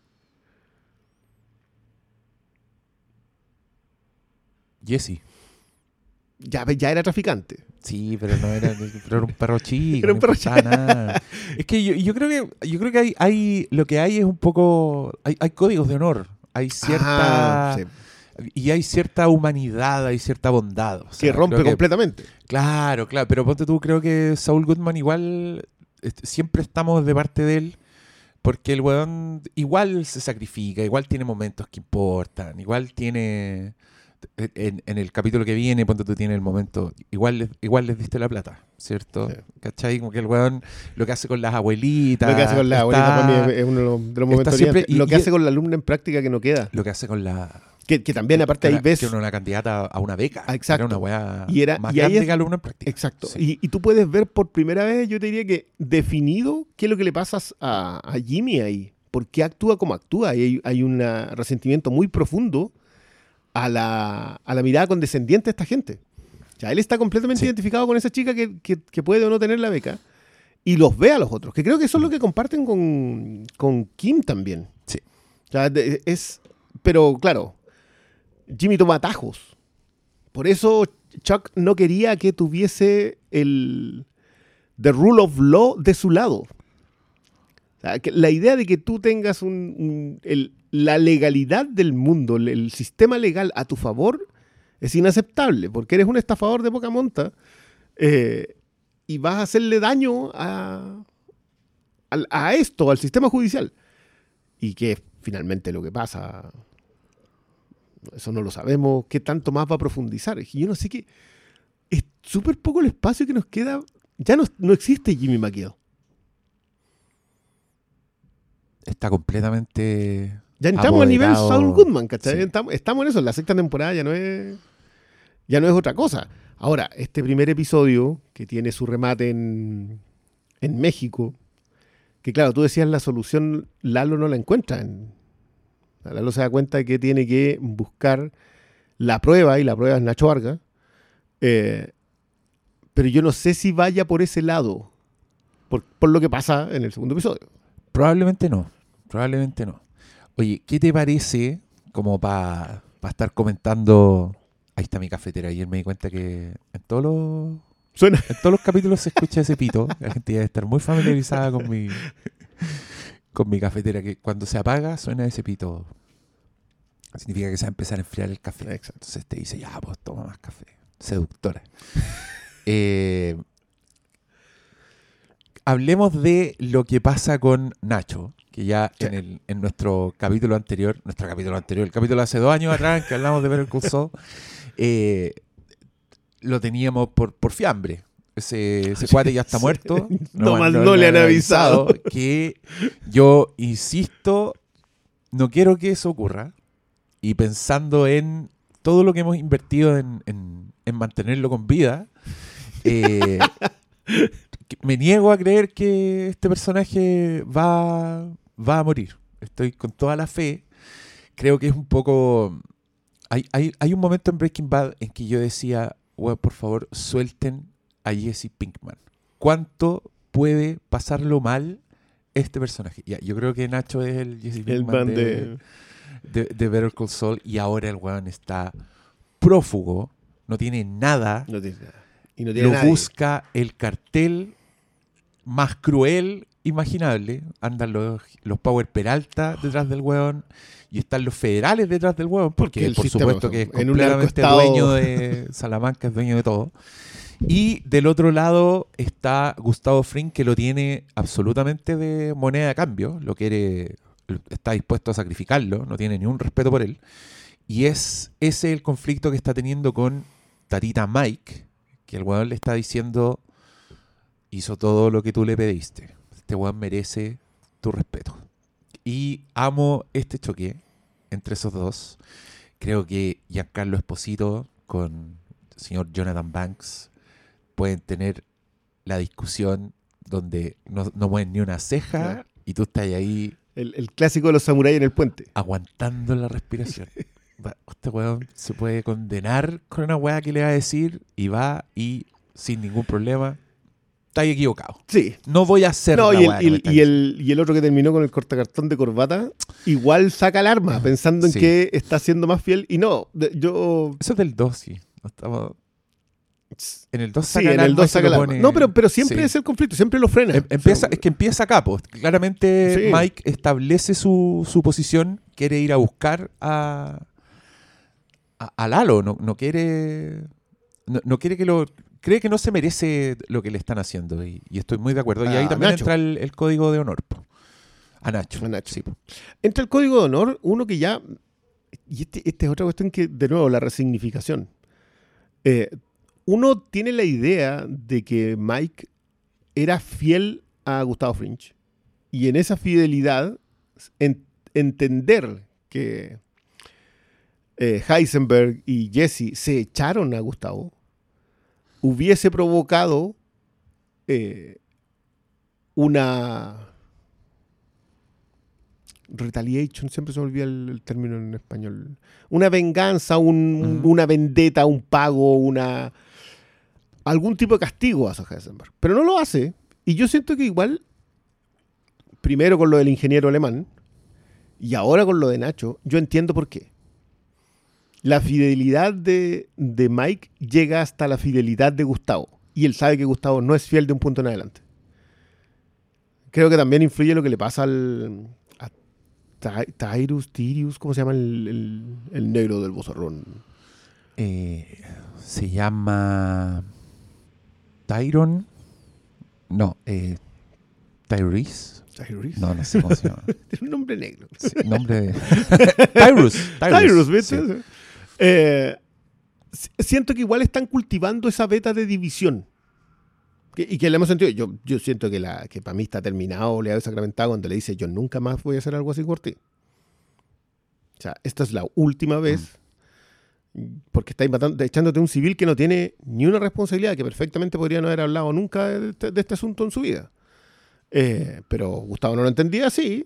Jesse. Ya, ya era traficante. Sí, pero no era, pero era un perro chico. Era un perro chico. Nada. Es que yo, yo creo que yo creo que hay, hay lo que hay es un poco hay, hay códigos de honor, hay cierta ah, sí. y hay cierta humanidad, hay cierta bondad. O sea, que rompe que, completamente. Claro, claro, pero ponte tú, creo que Saul Goodman igual est- siempre estamos de parte de él, porque el weón igual se sacrifica, igual tiene momentos que importan, igual tiene... En, en el capítulo que viene, ponte tú tienes el momento, igual les, igual les diste la plata, ¿cierto? Sí. ¿Cachai? Como que el weón lo que hace con las abuelitas. Lo que hace con la está- abuelita para mí es uno de los, de los momentos siempre- brillantes. y- Lo que y- hace con la alumna en práctica que no queda. Lo que hace con la... Que, que también, aparte, que ahí era- ves. que era una candidata a una beca. Ah, exacto. Era una weá Y era- más y ahí grande es- que alumno en práctica. Exacto. Sí. Y, y tú puedes ver por primera vez, yo te diría que definido qué es lo que le pasa a, a Jimmy ahí. ¿Por qué actúa como actúa? Y hay, hay un resentimiento muy profundo a la, a la mirada condescendiente de esta gente. O sea, él está completamente Sí. identificado con esa chica que, que- que puede o no tener la beca y los ve a los otros, que creo que eso es lo que comparten con, con Kim también. Sí. O sea, de- es... Pero, claro, Jimmy toma atajos. Por eso Chuck no quería que tuviese el the rule of law de su lado. O sea, que la idea de que tú tengas un, un- el- la legalidad del mundo, el, el sistema legal a tu favor, es inaceptable, porque eres un estafador de poca monta eh, y vas a hacerle daño a, al- a esto, al sistema judicial. Y que finalmente lo que pasa, eso no lo sabemos, qué tanto más va a profundizar. Y yo no sé qué, es súper poco el espacio que nos queda, ya no, no existe Jimmy McGill. Está completamente... Ya entramos a nivel apoderado. Saul Goodman, ¿cachai? Sí. Estamos, estamos en eso, la sexta temporada ya no es ya no es otra cosa. Ahora, este primer episodio, que tiene su remate en, en México, que claro, tú decías la solución, Lalo no la encuentra. En, Lalo se da cuenta de que tiene que buscar la prueba, y la prueba es Nacho Vargas, eh, pero yo no sé si vaya por ese lado, por, por lo que pasa en el segundo episodio. Probablemente no. Probablemente no. Oye, ¿qué te parece como para estar comentando? Ahí está mi cafetera. Ayer me di cuenta que en todos los, Suena. en todos los capítulos se escucha ese pito. La gente debe estar muy familiarizada con mi, con mi cafetera, que cuando se apaga suena ese pito. Significa que se va a empezar a enfriar el café. Exacto. Entonces te dice, ya, pues toma más café. Seductora. eh, hablemos de lo que pasa con Nacho, que ya Sí. en, el, en nuestro capítulo anterior, nuestro capítulo anterior, el capítulo hace dos años atrás, que hablamos de Better Call Saul, eh, lo teníamos por, por fiambre. Ese, ese cuate ya está Sí. muerto. No más no le han avisado. Que yo insisto, no quiero que eso ocurra. Y pensando en todo lo que hemos invertido en, en- en mantenerlo con vida, eh, que me niego a creer que este personaje va, va a morir. Estoy con toda la fe. Creo que es un poco... Hay, hay, hay un momento en Breaking Bad en que yo decía, "Weón, por favor, suelten a Jesse Pinkman. ¿Cuánto puede pasarlo mal este personaje?" Ya, yo creo que Nacho es el Jesse El Pinkman man de, de... de, de Better Call Saul, y ahora el weón está prófugo, no tiene nada, No tiene nada. Y no tiene lo nadie. busca el cartel más cruel imaginable. Andan los, los Power Peralta detrás del weón y están los federales detrás del weón, porque, Porque el por sistema, supuesto que es en un completamente narcoestado- dueño de Salamanca, es dueño de todo. Y del otro lado está Gustavo Fring, que lo tiene absolutamente de moneda de cambio, lo quiere, está dispuesto a sacrificarlo, no tiene ni un respeto por él. Y es ese el conflicto que está teniendo con Tatita Mike, que el weón le está diciendo, hizo todo lo que tú le pediste. Este weón merece tu respeto. Y amo este choque entre esos dos. Creo que Giancarlo Esposito con el señor Jonathan Banks pueden tener la discusión donde no, no mueven ni una ceja, Claro. y tú estás ahí El, el clásico de los samuráis en el puente. aguantando la respiración. Va, este weón se puede condenar con una weá que le va a decir, y va y sin ningún problema. Estás equivocado. Sí. No voy a hacer No, la y, weá el, que y, me el, estás y, el, y el otro que terminó con el cortacartón de corbata, igual saca el arma, pensando en Sí. que está siendo más fiel. Y no, de- yo... Eso es del dos, sí. No estamos... En el dos Sí, saca en el el arma y dos se saca lo el arma. pone- No, pero, pero siempre Sí. es el conflicto, siempre lo frena. Em- Empieza, O sea, es que empieza acá, pues. Claramente Sí. Mike establece su, su posición, quiere ir a buscar a, a, a Lalo, no, no quiere no, no quiere que lo cree que no se merece lo que le están haciendo. Y, y estoy muy de acuerdo. Y A ahí también Nacho. entra el, el código de honor. Po. A Nacho. A Nacho. Sí, po. Entre el código de honor, uno que ya... Y este, este es otra cuestión que, de nuevo, la resignificación. Eh, uno tiene la idea de que Mike era fiel a Gustavo Fringe. Y en esa fidelidad, en- entender que eh, Heisenberg y Jesse se echaron a Gustavo, hubiese provocado eh, una retaliation, siempre se me olvida el, el término en español, una venganza, un- Ujú. una vendetta, un pago, una algún tipo de castigo a Heisenberg. Pero no lo hace. Y yo siento que igual, primero con lo del ingeniero alemán y ahora con lo de Nacho, yo entiendo por qué. La fidelidad de, de Mike llega hasta la fidelidad de Gustavo. Y él sabe que Gustavo no es fiel de un punto en adelante. Creo que también influye lo que le pasa al a Ty- Tyrus, Tirius, ¿cómo se llama el, el- el negro del bozarrón? Eh, se llama Tyron. No, eh, Tyrese. Tyrus. No, no sé cómo se llama. Tiene un nombre negro. Sí, nombre de... Tyrus. Tyrus, ¿viste? Sí. Eh, si- siento que igual están cultivando esa beta de división. Que- y que le hemos sentido. Yo, yo siento que, la, que para mí está terminado, le ha sacramentado cuando le dice: yo nunca más voy a hacer algo así por ti. O sea, esta es la última vez. Porque estáis matando, echándote a un civil que no tiene ni una responsabilidad, que perfectamente podría no haber hablado nunca de este, de este asunto en su vida. Eh, pero Gustavo no lo entendía así.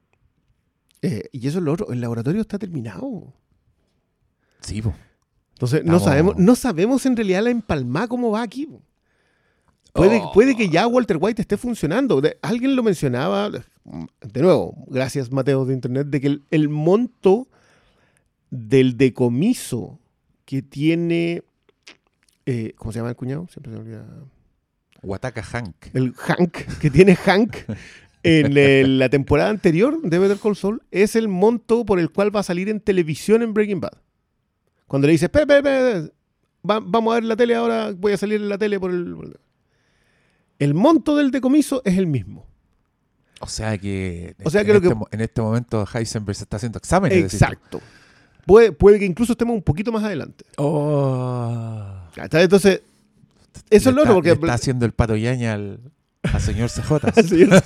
Eh, y eso es lo otro. El laboratorio está terminado. Sí, po. Entonces, no Estamos- sabemos, no sabemos en realidad la empalmada cómo va aquí. Puede, Oh. puede que ya Walter White esté funcionando. De- alguien lo mencionaba, de nuevo, gracias Mateo de Internet, de que el, el monto del decomiso que tiene, eh, ¿cómo se llama el cuñado? Siempre se me olvida. Wataka Hank. El Hank, que tiene Hank en el- la temporada anterior de Better Call Saul, es el monto por el cual va a salir en televisión en Breaking Bad. Cuando le dice, Pepe, Pepe, va- vamos a ver la tele ahora, voy a salir en la tele por el... El monto del decomiso es el mismo. O sea que, O sea que en, lo este, que- mo- en este momento Heisenberg se está haciendo exámenes. decís tú. Exacto. Puede, puede que incluso estemos un poquito más adelante. Oh. ¿Cachai? Entonces, eso es Le lo otro, está- porque... le está haciendo el pato yaña al, al señor C J. Señor.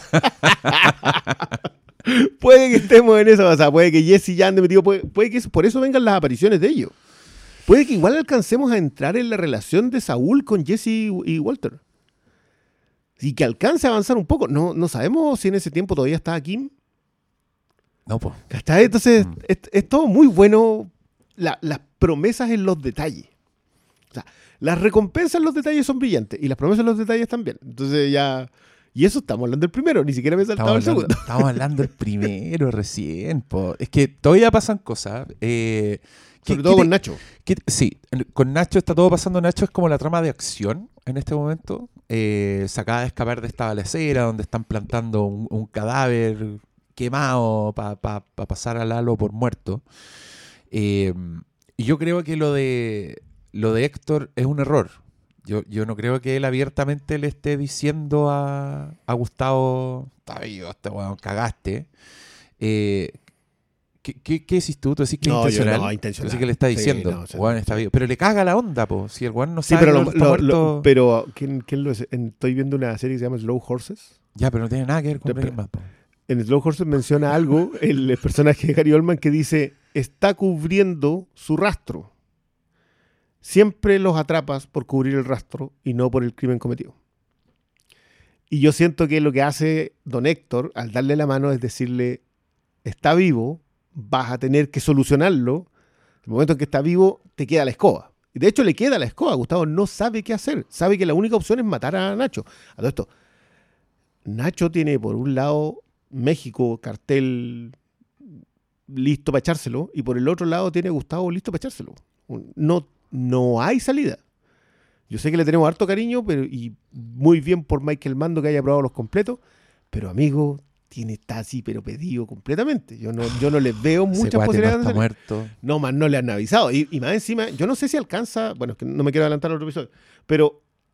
Puede que estemos en eso, o sea, puede que Jesse ya ande metido, puede, puede que eso- por eso vengan las apariciones de ellos. Puede que igual alcancemos a entrar en la relación de Saúl con Jesse y, y Walter. Y que alcance a avanzar un poco. No, no sabemos si en ese tiempo todavía estaba Kim. No, pues. ¿Cachai? Entonces, Mm. es, es todo muy bueno. La- las promesas en los detalles. O sea, las recompensas en los detalles son brillantes y las promesas en los detalles también. Entonces ya... Y eso estamos hablando del primero, ni siquiera me he saltado Estamos el hablando, segundo. estamos hablando del primero recién. Po. Es que todavía pasan cosas. Eh, ¿qué- Sobre qué todo te- con Nacho. qué- sí, en- con Nacho está todo pasando. Nacho es como la trama de acción en este momento. Eh, se acaba de escapar de esta balacera donde están plantando un, un cadáver quemado para pasar al halo por muerto. Eh, y yo creo que lo de lo de Héctor es un error. Yo, yo no creo que él abiertamente le esté diciendo a, a Gustavo, está vivo, este weón, cagaste. Eh, ¿qué, qué, ¿Qué decís tú? ¿Tú decís que No, es yo intencional? no, intencional. Tú decís que le está Sí, diciendo, no, sí, weón, no, está sí. vivo. Pero le caga la onda, po. Si el weón no Sí, sabe pero, que lo- está lo- muerto. lo- pero ¿quién, quién lo es? En- estoy viendo una serie que se llama Slow Horses. Ya, pero no tiene nada que ver con Pero- Breaking Bad, po. En Slow Horses menciona algo, el personaje de Gary Oldman, que dice, está cubriendo su rastro. Siempre los atrapas por cubrir el rastro y no por el crimen cometido. Y yo siento que lo que hace don Héctor al darle la mano es decirle, está vivo, vas a tener que solucionarlo. El momento en que está vivo, te queda la escoba. Y de hecho le queda la escoba. Gustavo no sabe qué hacer. Sabe que la única opción es matar a Nacho. A todo esto, Nacho tiene por un lado México, cartel listo para echárselo, y por el otro lado tiene Gustavo listo para echárselo. No, no hay salida. Yo sé que le tenemos harto cariño, pero y muy bien por Michael Mando que haya probado los completos, pero amigo, tiene está así, pero pedido completamente. Yo no, yo no les veo Ese muchas guate no posibilidades de está salir. muerto. No, más no le han avisado. Y, y más encima, yo no sé si alcanza, bueno, es que no me quiero adelantar al otro episodio, pero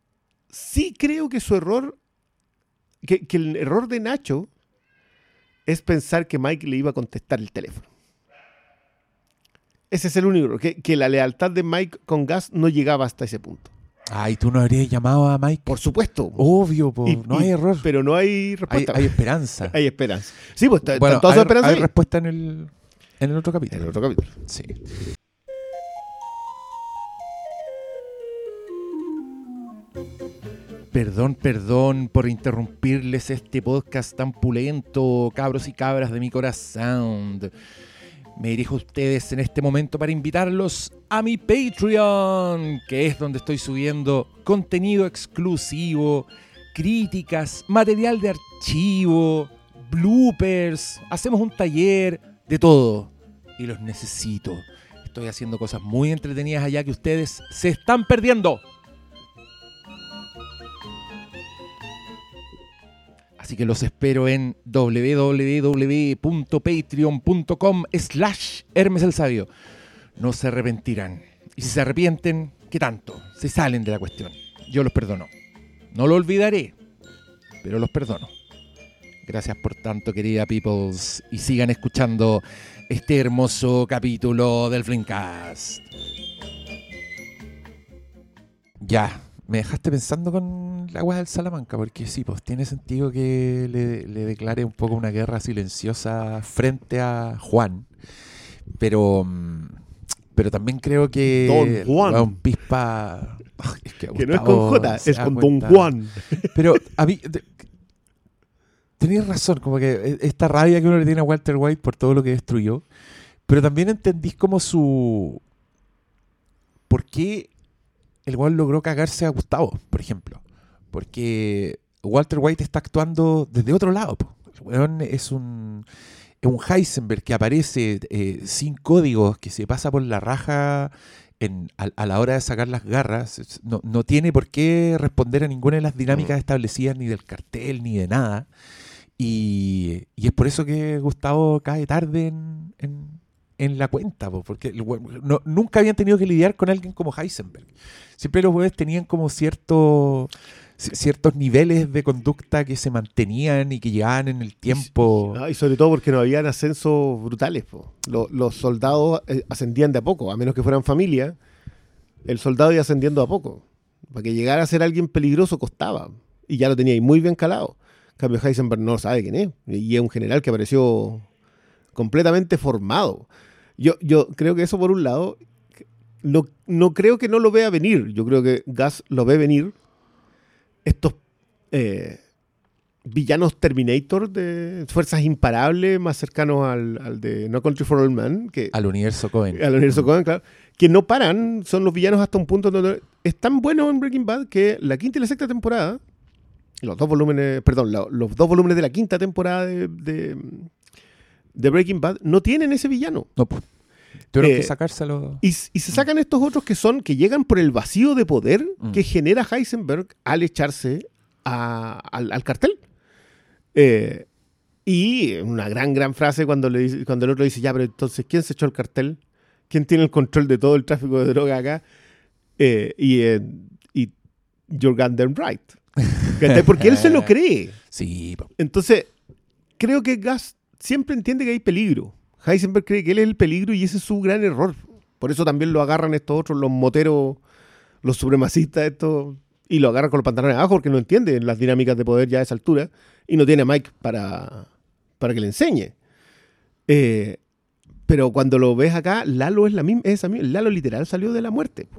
sí creo que su error, que, que el error de Nacho es pensar que Mike le iba a contestar el teléfono. Ese es el único error, que, que la lealtad de Mike con Gus no llegaba hasta ese punto. Ay, ¿tú no habrías llamado a Mike? Por supuesto. Obvio, po, Y- no y- hay error. Pero no hay Hay, respuesta. hay esperanza. Hay esperanza. Sí, pues está, Bueno, están todas hay, sus esperanzas hay ahí. respuesta en el, en el otro En capítulo. el otro capítulo. Sí. Perdón, perdón por interrumpirles este podcast tan pulento, cabros y cabras de mi corazón. Me dirijo a ustedes en este momento para invitarlos a mi Patreon, que es donde estoy subiendo contenido exclusivo, críticas, material de archivo, bloopers, hacemos un taller, de todo. Y los necesito. Estoy haciendo cosas muy entretenidas allá que ustedes se están perdiendo. Así que los espero en www.patreon.com slash Hermes el Sabio. No se arrepentirán. Y si se arrepienten, ¿qué tanto? Se salen de la cuestión. Yo los perdono. No lo olvidaré, pero los perdono. Gracias por tanto, querida peoples. Y sigan escuchando este hermoso capítulo del Flimcast. Ya. Me dejaste pensando con la agua del Salamanca, porque sí, pues tiene sentido que le, le declare un poco una guerra silenciosa frente a Juan, pero, mm, pero también creo que Don Juan. un pispa... Ay, es que, Que no es Gustavo con J, se es da con Don cuenta. Juan. Pero a mí... te- Tenías razón, como que esta rabia que uno le tiene a Walter White por todo lo que destruyó, pero también entendís como su... ¿Por qué el weón logró cagarse a Gustavo, por ejemplo? Porque Walter White está actuando desde otro lado, po. El weón es un, es un Heisenberg que aparece eh, sin códigos, que se pasa por la raja en, a, a la hora de sacar las garras. No, no tiene por qué responder a ninguna de las dinámicas Mm. establecidas, ni del cartel, ni de nada. Y, y es por eso que Gustavo cae tarde en, en, en la cuenta, po, porque el weón- no- nunca habían tenido que lidiar con alguien como Heisenberg. Siempre los jueves tenían como cierto, ci- ciertos niveles de conducta que se mantenían y que llegaban en el tiempo. Ah, y sobre todo porque no habían ascensos brutales. Po. Lo- los soldados eh, ascendían de a poco, a menos que fueran familia. El soldado iba ascendiendo a poco. Para que llegara a ser alguien peligroso costaba. Y ya lo tenía ahí muy bien calado. En cambio, Heisenberg no sabe quién es. Y es un general que apareció completamente formado. Yo, yo creo que eso por un lado, no, no creo que no lo vea venir. Yo creo que Gus lo ve venir. Estos eh, villanos Terminator de fuerzas imparables, más cercanos al, al de No Country for Old Men, que, Al universo Cohen. al universo Cohen, claro, que no paran, son los villanos hasta un punto donde es tan bueno en Breaking Bad que la quinta y la sexta temporada, los dos volúmenes, perdón, lo- los dos volúmenes de la quinta temporada de, de, de Breaking Bad no tienen ese villano. No, pues. Tuvieron Eh, que sacárselo. Y, y se sacan estos otros que son, que llegan por el vacío de poder Mm. que genera Heisenberg al echarse a- al, al cartel. Eh, y una gran, gran frase cuando, le dice, cuando el otro dice, ya, pero entonces, ¿quién se echó el cartel? ¿Quién tiene el control de todo el tráfico de droga acá? Eh, y, eh, y you're goddamn right. ¿Cachai? Porque él se lo cree. Sí, po. Entonces, creo que Gus siempre entiende que hay peligro. Heisenberg cree que él es el peligro y ese es su gran error. Por eso también lo agarran estos otros, los moteros, los supremacistas estos, y lo agarran con los pantalones abajo porque no entiende las dinámicas de poder ya a esa altura y no tiene a Mike para, para que le enseñe. Eh, pero cuando lo ves acá, Lalo es la misma, es esa misma. Lalo literal salió de la muerte.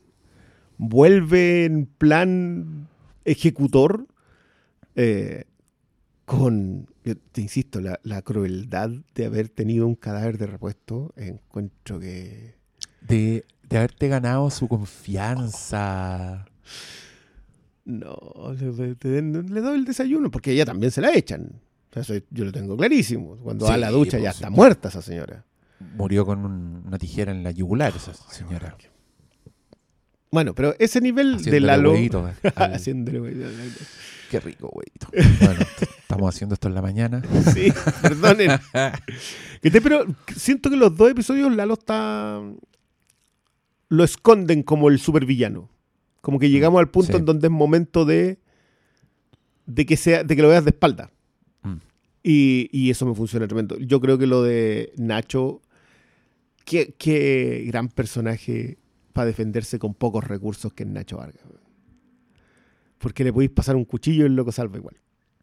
Vuelve en plan ejecutor eh, con, yo te insisto, la, la crueldad de haber tenido un cadáver de repuesto. Encuentro que... De, de haberte ganado su confianza. No, le, le- le doy el desayuno, porque ella también se la echan. O sea, eso yo lo tengo clarísimo. Cuando va a la Sí, ducha pues, ya sí. está muerta esa señora. Murió con un- una tijera en la yugular, esa señora. Bueno, pero ese nivel de Haciéndole Lalo... huevito al- Haciéndole huevito. Qué rico, huevito. Bueno, t- estamos haciendo esto en la mañana. Sí, perdonen. Que te- Pero siento que los dos episodios Lalo está... Lo esconden como el supervillano. Como que llegamos al punto Sí. en donde es momento de, de, que, sea, de que lo veas de espalda. Mm. Y, y eso me funciona tremendo. Yo creo que lo de Nacho, qué, qué gran personaje para defenderse con pocos recursos que es Nacho Vargas. Porque le podéis pasar un cuchillo y el loco salva igual.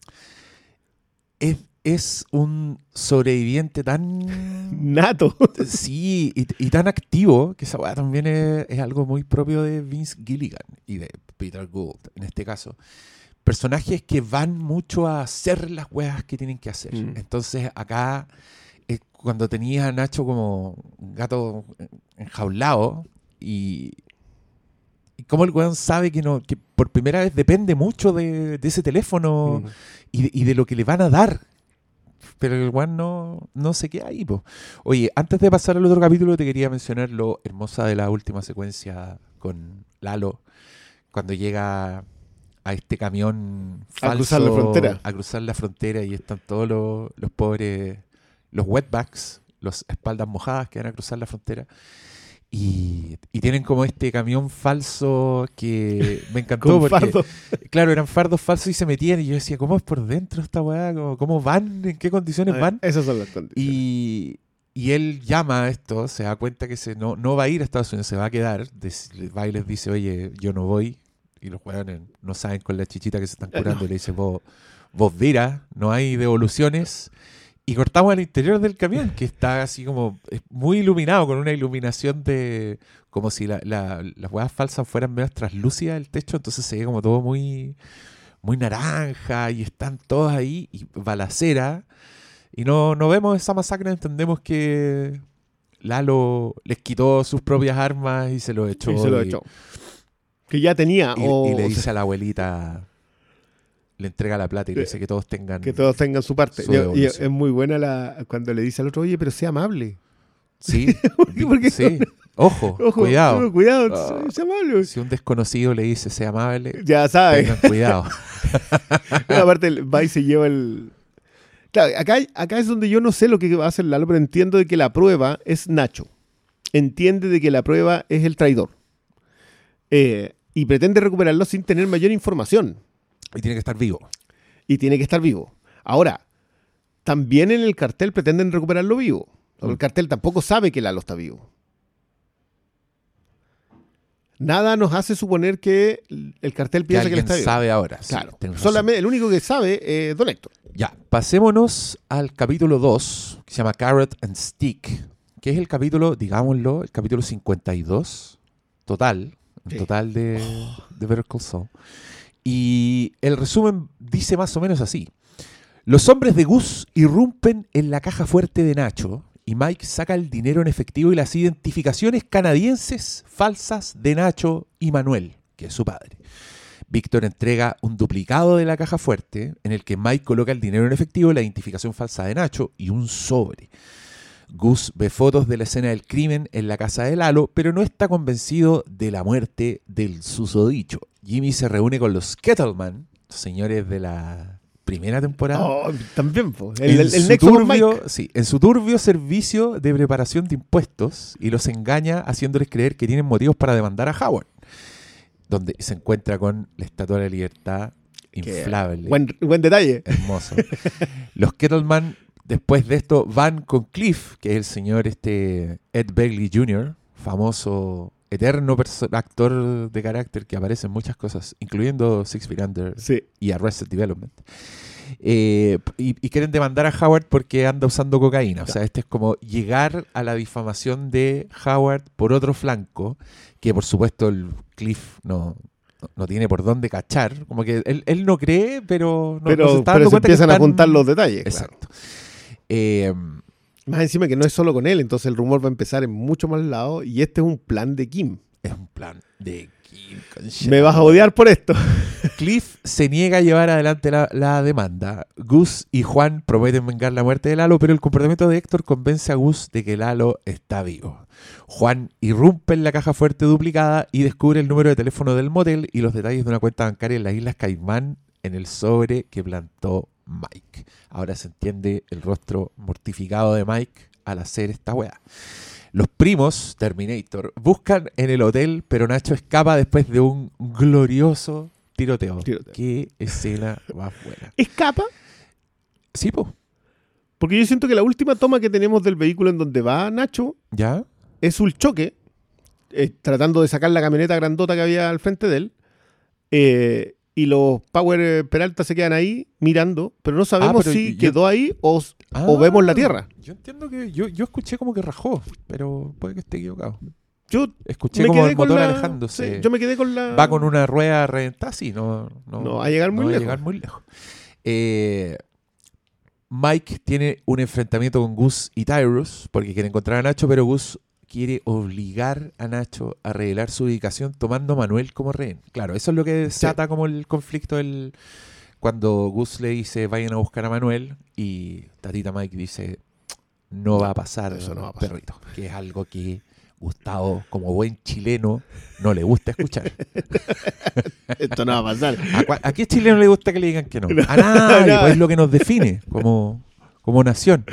Es, es un sobreviviente tan... Nato. Sí, y, y tan activo, que esa weá también es, es algo muy propio de Vince Gilligan y de Peter Gould, en este caso. Personajes que van mucho a hacer las weas que tienen que hacer. Mm. Entonces, acá, eh, cuando tenías a Nacho como un gato enjaulado, y, y como el weón sabe que, no, que por primera vez depende mucho de, de ese teléfono Mm. y, de- y de lo que le van a dar. Pero el weón no, no se queda ahí, po. Oye, antes de pasar al otro capítulo, te quería mencionar lo hermosa de la última secuencia con Lalo, cuando llega a este camión falso A cruzar la frontera. a cruzar la frontera y están todos los, los pobres, los wetbacks, los espaldas mojadas que van a cruzar la frontera. Y, y tienen como este camión falso que me encantó Con porque, fardo. claro, eran fardos falsos y se metían y yo decía, ¿cómo es por dentro esta weá? ¿Cómo, cómo van? ¿En qué condiciones van? Esas son las condiciones. Y, y él llama a esto, se da cuenta que se, no, no va a ir a Estados Unidos, se va a quedar. Des- va y les dice, oye, yo no voy. Y los weones no saben con la chichita que se están curando. no. Y le dice, vos, vos dirás, no hay devoluciones. Y cortamos al interior del camión, que está así como es muy iluminado, con una iluminación de... como si la, la- las huevas falsas fueran medio translúcidas el techo, entonces se ve como todo muy, muy naranja, y están todos ahí, y balacera, y no, no vemos esa masacre, entendemos que Lalo les quitó sus propias armas y se lo echó. Y se lo y- echó. Que ya tenía. Y, o, y le o dice sea, a la abuelita, le entrega la plata y le dice que todos tengan... que todos tengan su parte. Su Y- y devolución. es muy buena la cuando le dice al otro, oye, pero sea amable. Sí, Porque- porque- sí. Ojo, Ojo, cuidado. no, cuidado, Ah. sea amable. Si un desconocido le dice sea amable, Ya sabes. tengan cuidado. Aparte, el- va y se lleva el. Claro, acá, acá es donde yo no sé lo que va a hacer Lalo, pero entiendo de que la prueba es Nacho. Entiende de que la prueba es el traidor. Eh, y pretende recuperarlo sin tener mayor información. Y tiene que estar vivo. Y tiene que estar vivo. Ahora, también en el cartel pretenden recuperarlo vivo. El Mm. cartel tampoco sabe que Lalo está vivo. Nada nos hace suponer que el cartel Que piensa que él alguien está vivo. sabe ahora. sí, Claro. tienes razón. Solamente, el único que sabe es Don Héctor. Ya, pasémonos al capítulo dos, que se llama Carrot and Stick, que es el capítulo, digámoslo, el capítulo cincuenta y dos, total, en Sí. total de, de Better Call Saul. Y el resumen dice más o menos así. Los hombres de Gus irrumpen en la caja fuerte de Nacho y Mike saca el dinero en efectivo y las identificaciones canadienses falsas de Nacho y Manuel, que es su padre. Víctor entrega un duplicado de la caja fuerte en el que Mike coloca el dinero en efectivo, la identificación falsa de Nacho y un sobre. Gus ve fotos de la escena del crimen en la casa de Lalo, pero no está convencido de la muerte del susodicho. Jimmy se reúne con los Kettleman, señores de la primera temporada. Oh, también, po. En El, el, el su nexo con turbio, Mike. sí, en su turbio servicio de preparación de impuestos, y los engaña haciéndoles creer que tienen motivos para demandar a Howard, donde se encuentra con la Estatua de la Libertad inflable. Buen, buen detalle. Hermoso. Los Kettleman, después de esto, van con Cliff, que es el señor este Ed Begley junior, famoso, eterno perso- actor de carácter que aparece en muchas cosas, incluyendo Six Feet Under Sí. y Arrested Development. Eh, y, y quieren demandar a Howard porque anda usando cocaína. O sea, este es como llegar a la difamación de Howard por otro flanco, que por supuesto el Cliff no, no, no tiene por dónde cachar. Como que él, él no cree, pero no, pero no se está pero dando se cuenta que empiezan a están- juntar los detalles. claro. Exacto. Eh, Más encima que no es solo con él, entonces el rumor va a empezar en mucho más lados y este es un plan de Kim. es un plan de Kim. Me vas a odiar por esto. Cliff se niega a llevar adelante la, la demanda. Gus y Juan prometen vengar la muerte de Lalo, pero el comportamiento de Héctor convence a Gus de que Lalo está vivo. Juan irrumpe en la caja fuerte duplicada y descubre el número de teléfono del motel y los detalles de una cuenta bancaria en las Islas Caimán en el sobre que plantó Mike. Ahora se entiende el rostro mortificado de Mike al hacer esta weá. Los primos, Terminator, buscan en el hotel, pero Nacho escapa después de un glorioso tiroteo. Tiroteo. Qué escena más buena. ¿Escapa? Sí, po. Porque yo siento que la última toma que tenemos del vehículo en donde va Nacho ¿Ya? es un choque, eh, tratando de sacar la camioneta grandota que había al frente de él. Eh, y los Power Peralta se quedan ahí mirando, pero no sabemos Ah, pero si yo- quedó ahí o, Ah, o vemos la tierra. Yo entiendo que... Yo, yo escuché como que rajó, pero puede que esté equivocado. Yo Escuché me como quedé el con motor la, alejándose. sí, yo me quedé con la... Va con una rueda reventada, sí, no, no, No va a llegar muy no va a lejos. llegar muy lejos. Eh, Mike tiene un enfrentamiento con Gus y Tyrus porque quiere encontrar a Nacho, pero Gus quiere obligar a Nacho a revelar su ubicación tomando a Manuel como rehén. Claro, eso es lo que desata como el conflicto del, cuando Gus le dice vayan a buscar a Manuel y Tatita Mike dice no va a pasar, eso no va a pasar. perrito, que es algo que Gustavo, como buen chileno, no le gusta escuchar. Esto no va a pasar. ¿A, cua- a qué chileno le gusta que le digan que no? No. A nadie, No. pues es lo que nos define como, como nación.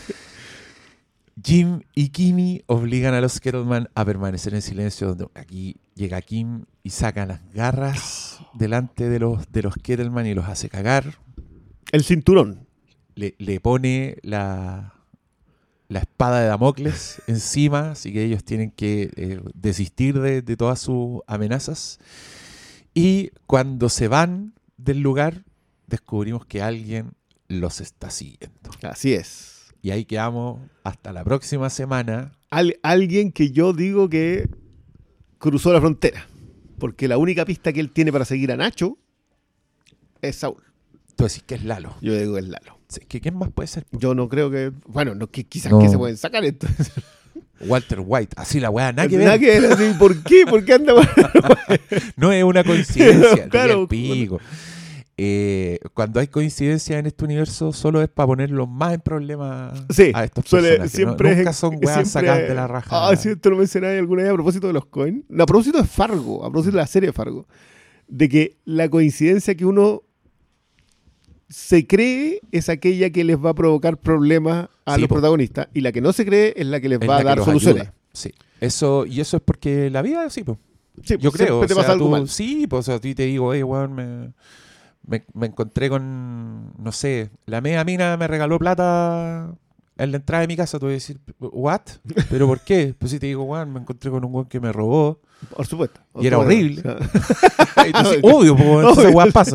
Jim y Kimmy obligan a los Kettleman a permanecer en silencio. Donde aquí llega Kim y saca las garras delante de los, de los Kettleman y los hace cagar. El cinturón. Le, le pone la, la espada de Damocles encima, así que ellos tienen que eh, desistir de, de todas sus amenazas. Y cuando se van del lugar, descubrimos que alguien los está siguiendo. Así es. Y ahí quedamos hasta la próxima semana. Al- alguien que yo digo que cruzó la frontera. Porque la única pista que él tiene para seguir a Nacho es Saúl. Tú decís que es Lalo. Yo digo es Lalo. Sí, ¿que ¿Quién más puede ser? Yo no creo que... Bueno, no, que, quizás No. que se pueden sacar esto. Walter White. Así la weá, nada que ver. Nada que ver, así, ¿por qué? ¿Por qué anda? No es una coincidencia. Claro. Claro. Pico. Eh, cuando hay coincidencia en este universo, solo es para ponerlos más en problemas Sí, a estos suele- personajes. ¿no? siempre Nunca es- son weas siempre- sacadas de la raja. Ah, sí, esto lo mencionaba alguna vez a propósito de los Coen. No, a propósito de Fargo, a propósito de la serie de Fargo. De que la coincidencia que uno se cree es aquella que les va a provocar problemas a Sí, los po. protagonistas y la que no se cree es la que les Es va la a que dar los soluciones. ayuda. Sí. Eso, y eso es porque la vida, sí, pues. Sí, Yo creo. siempre te o pasa sea, algo tú- mal. Sí, pues, o sea, a ti te digo, oye, weón, me, me, me encontré con, no sé, la media mina me regaló plata en la entrada de mi casa. Tú vas a decir, ¿what? ¿Pero por qué? Pues si te digo, weón, me encontré con un weón que me robó. Por supuesto. Y era Por horrible. supuesto. Y tú dices, obvio, pues, weón, esas Obvio. weas pasan.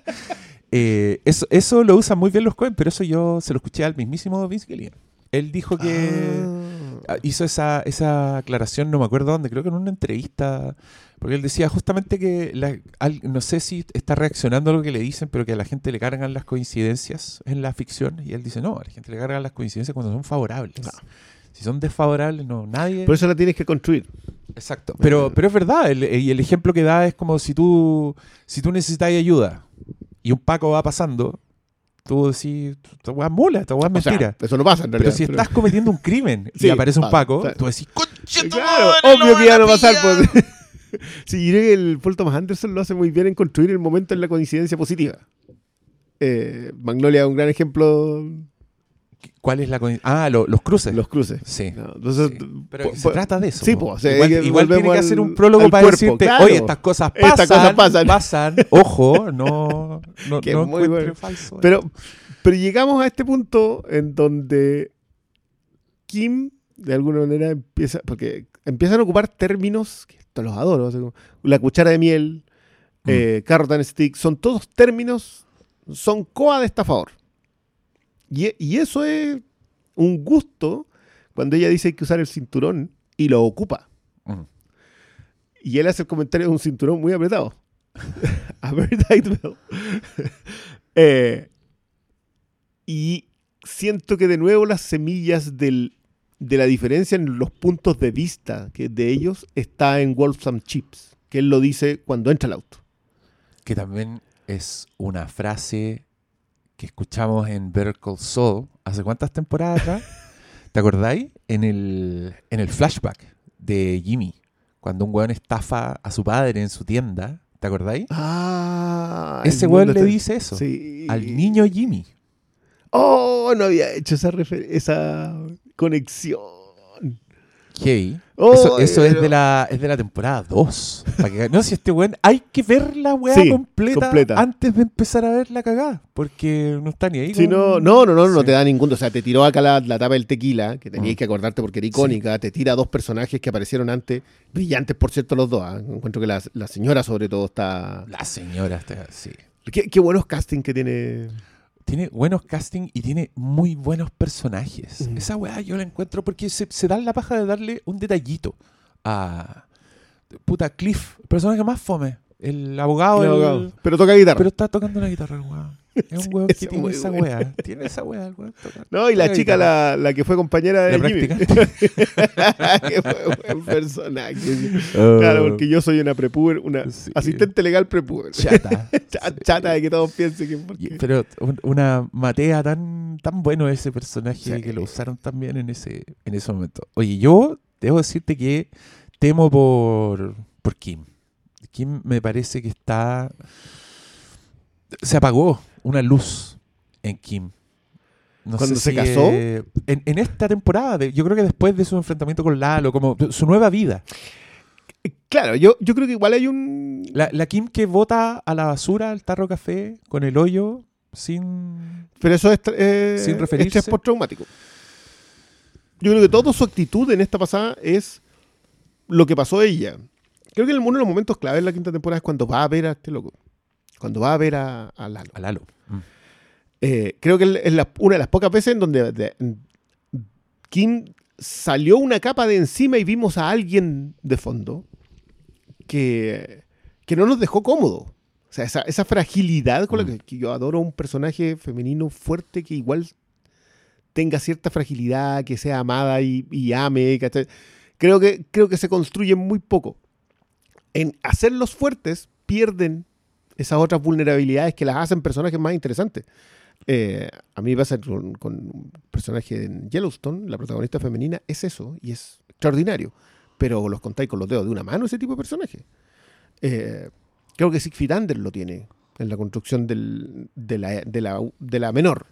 Eh, eso, eso lo usan muy bien los Coen, pero eso yo se lo escuché al mismísimo Vince Gilligan. Él dijo que... Ah. hizo esa, esa aclaración, no me acuerdo dónde, creo que en una entrevista, porque él decía justamente que, la- al- no sé si está reaccionando a lo que le dicen, pero que a la gente le cargan las coincidencias en la ficción, y él dice, no, a la gente le cargan las coincidencias cuando son favorables. Ah. Si son desfavorables, no, nadie... Por eso la tienes que construir. Exacto, pero, pero es verdad, el- y el ejemplo que da es como si tú, si tú necesitas ayuda, y un Paco va pasando, tú decís, esta weá es mula, esta weá es O sea, mentira. eso no pasa en Pero realidad. si estás cometiendo un crimen Sí, y aparece un pasa, Paco, claro. tú decís, ¡conche tu Claro, madre, obvio lo que ya van no va a pasar. pillar! Pues. Sí, yo creo que el Paul Thomas Anderson lo hace muy bien en construir el momento en la coincidencia positiva. Eh, Magnolia es un gran ejemplo. ¿Cuál es la coincidencia? Ah, lo- los cruces. Los cruces. Sí. No, entonces, Sí. Pero po- que se po- trata de eso. Sí, po. pues. o sea, igual hay que- igual tiene que volvemos hacer al- un prólogo al para cuerpo, decirte, claro. oye, estas cosas pasan, Estas cosas pasan. pasan, ojo, no, no, Que no es muy encuentre bueno. falso. Pero, pero llegamos a este punto en donde Kim, de alguna manera, empieza. Porque empiezan a ocupar términos que estos los adoro. O sea, como la cuchara de miel, Mm. eh, carrot and stick, son todos términos, son coa de estafador. Y, y eso es un gusto cuando ella dice que hay que usar el cinturón y lo ocupa. Mm. Y él hace el comentario de un cinturón muy apretado. A very tight belt. Eh, y siento que de nuevo las semillas del, de la diferencia en los puntos de vista que de ellos está en Wolfram Chips, que él lo dice cuando entra al auto. Que también es una frase que escuchamos en Better Call Saul hace cuántas temporadas atrás. ¿Te acordáis? En el, en el flashback de Jimmy, cuando un weón estafa a su padre en su tienda. ¿Te acordáis? Ah, Ese el weón mundo le está- dice eso Sí. al niño Jimmy. Oh, no había hecho esa, refer- esa conexión. Heavy. Oh, eso eso eh, es, pero- de la, es de la temporada dos. No, si este weón, hay que ver la weá Sí, completa, completa. antes de empezar a ver la cagada. Porque no está ni ahí. Si con- no, no, no, no, no Sí. te da ningún. O sea, te tiró acá la, la tapa del tequila, que tenías Mm. que acordarte porque era icónica. Te tira dos personajes que aparecieron antes, brillantes, por cierto, los dos. ¿ah? Encuentro que la, la señora, sobre todo, está. La señora está, sí. Qué, qué buenos castings que tiene. Tiene buenos casting y tiene muy buenos personajes. Mm. Esa weá yo la encuentro porque se, se dan la paja de darle un detallito a. Puta, Cliff, el personaje más fome. El abogado. El el- abogado. Pero toca guitarra. Pero está tocando la guitarra el weón. Es un weón ese que es tiene muy esa bueno. weá. Tiene esa weá el weón. toca- No, y la toca chica, guitarra. la, la que fue compañera de La Jimmy. practicante. que fue un buen personaje. Oh. Claro, porque yo soy una prepuber, una Sí. asistente legal prepuber. Chata. Ch- Sí. Chata de que todos piensen que. Y- porque- Pero un- una matea tan, tan bueno ese personaje Sí. que lo usaron tan bien en ese, en ese momento. Oye, yo debo decirte que temo por, por Kim. Kim me parece que está... Se apagó una luz en Kim. No ¿Cuando sé se si, casó? eh, en, en esta temporada, de- yo creo que después de su enfrentamiento con Lalo, como su nueva vida. Claro, yo, yo creo que igual hay un. La, la Kim que bota a la basura al tarro café con el hoyo sin... Pero eso es tra- eh, Sin referirse. estrés postraumático. Yo creo que toda su actitud en esta pasada es lo que pasó a ella. Creo que uno de los momentos clave en la quinta temporada es cuando va a ver a este loco. Cuando va a ver a, a Lalo. A Lalo. Mm. Eh, creo que es la- una de las pocas veces en donde de- Kim salió una capa de encima y vimos a alguien de fondo que, que no nos dejó cómodo. O sea, esa, esa fragilidad con la Mm. que, que yo adoro un personaje femenino fuerte que igual tenga cierta fragilidad, que sea amada y, y ame. ¿cachai? Creo que, creo que se construye muy poco. En hacerlos fuertes pierden esas otras vulnerabilidades que las hacen personajes más interesantes. Eh, a mí me pasa con, con un personaje en Yellowstone, la protagonista femenina, es eso, y es extraordinario. Pero los contáis con los dedos de una mano ese tipo de personaje. Eh, creo que Siegfried Anders lo tiene en la construcción del- de, la, de, la, de la menor,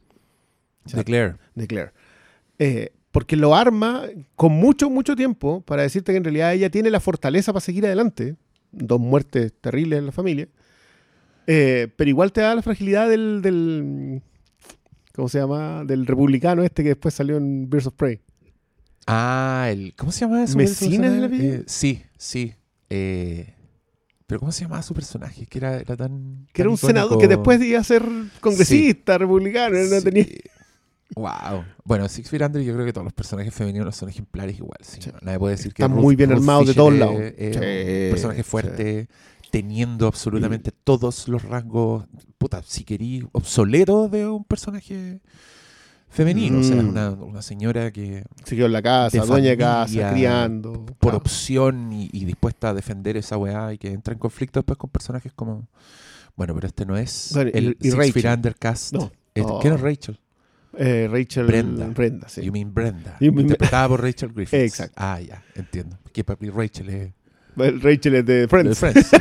De Claire. de Claire. Eh, porque lo arma con mucho, mucho tiempo para decirte que en realidad ella tiene la fortaleza para seguir adelante. Dos muertes terribles en la familia. Eh, pero igual te da la fragilidad del, del... ¿Cómo se llama? Del republicano este que después salió en Birds of Prey. Ah, el, ¿cómo se llama eso? ¿Messina es el apellido? Eh, sí, sí. Eh, pero ¿cómo se llamaba su personaje? Que era, era tan. Que era tan un senador icónico. que después iba a ser congresista, republicano. No Sí. tenía... Wow. Bueno, Six Feet Under, yo creo que todos los personajes femeninos son ejemplares igual. Sí. Sí. Nadie puede decir que Están Ruth- muy bien Ruth armados de Fisher todos es- lados. es Sí, un personaje fuerte, teniendo absolutamente todos los rasgos, puta, si querí, obsoletos de un personaje femenino. O sea, es Mm. una, una señora que Se quedó en la casa, De dueña de familia, casa, criando. por Ah. opción y, y dispuesta a defender esa weá y que entra en conflicto después con personajes como... Bueno, pero este no es Bueno, y- el y Six Rachel. Feet Under cast. No. Este- Oh. ¿Quién es Rachel? Eh, Rachel Brenda. Brenda, sí. You mean Brenda. You mean- Interpretada por Rachel Griffiths. Exacto. Ah, ya, entiendo. Que para mí Rachel es... Rachel es de de Friends. Friends.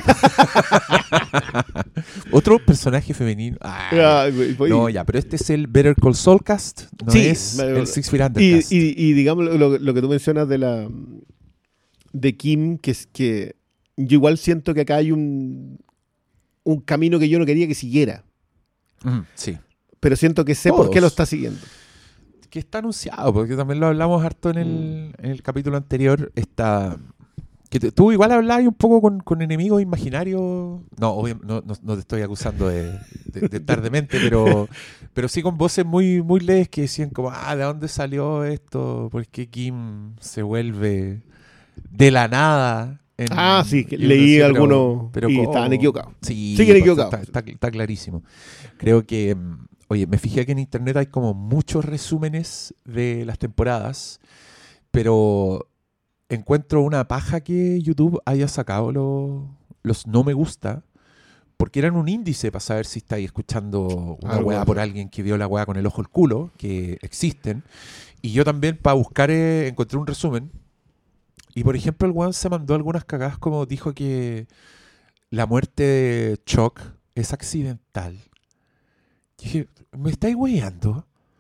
Otro personaje femenino. Ah, Ah, güey, güey. no, ya, pero este es el Better Call Saul cast, no Sí, es me- el Six Feet Under Y, cast. y- y digamos lo, lo que tú mencionas de la de Kim, que es que yo igual siento que acá hay un, un camino que yo no quería que siguiera, Mm, sí. pero siento que sé por qué Todos. lo está siguiendo. Que está anunciado, porque también lo hablamos harto en el, en el capítulo anterior. Está. Que t- tú igual hablabas un poco con, con enemigos imaginarios. No, obvio, no, no, no te estoy acusando de, de, de estar demente, pero, pero sí con voces muy, muy leves que decían como, ah, ¿de dónde salió esto? ¿Por qué Kim se vuelve de la nada? en- Ah, sí, que y uno leí decía, algunos pero y ¿cómo? estaban equivocados. Sí, Siguen pues, equivocados. Está, está- está clarísimo. Creo que, mm, oye, me fijé que en internet hay como muchos resúmenes de las temporadas, pero encuentro una paja que YouTube haya sacado lo- los no me gusta, porque eran un índice para saber si estáis escuchando una Algo weá así. por alguien que vio la weá con el ojo al culo, que existen. Y yo también, para buscar, eh, encontré un resumen. Y por ejemplo, el weón se mandó algunas cagadas, como dijo que la muerte de Chuck es accidental. Y dije, ¿me estáis weyando?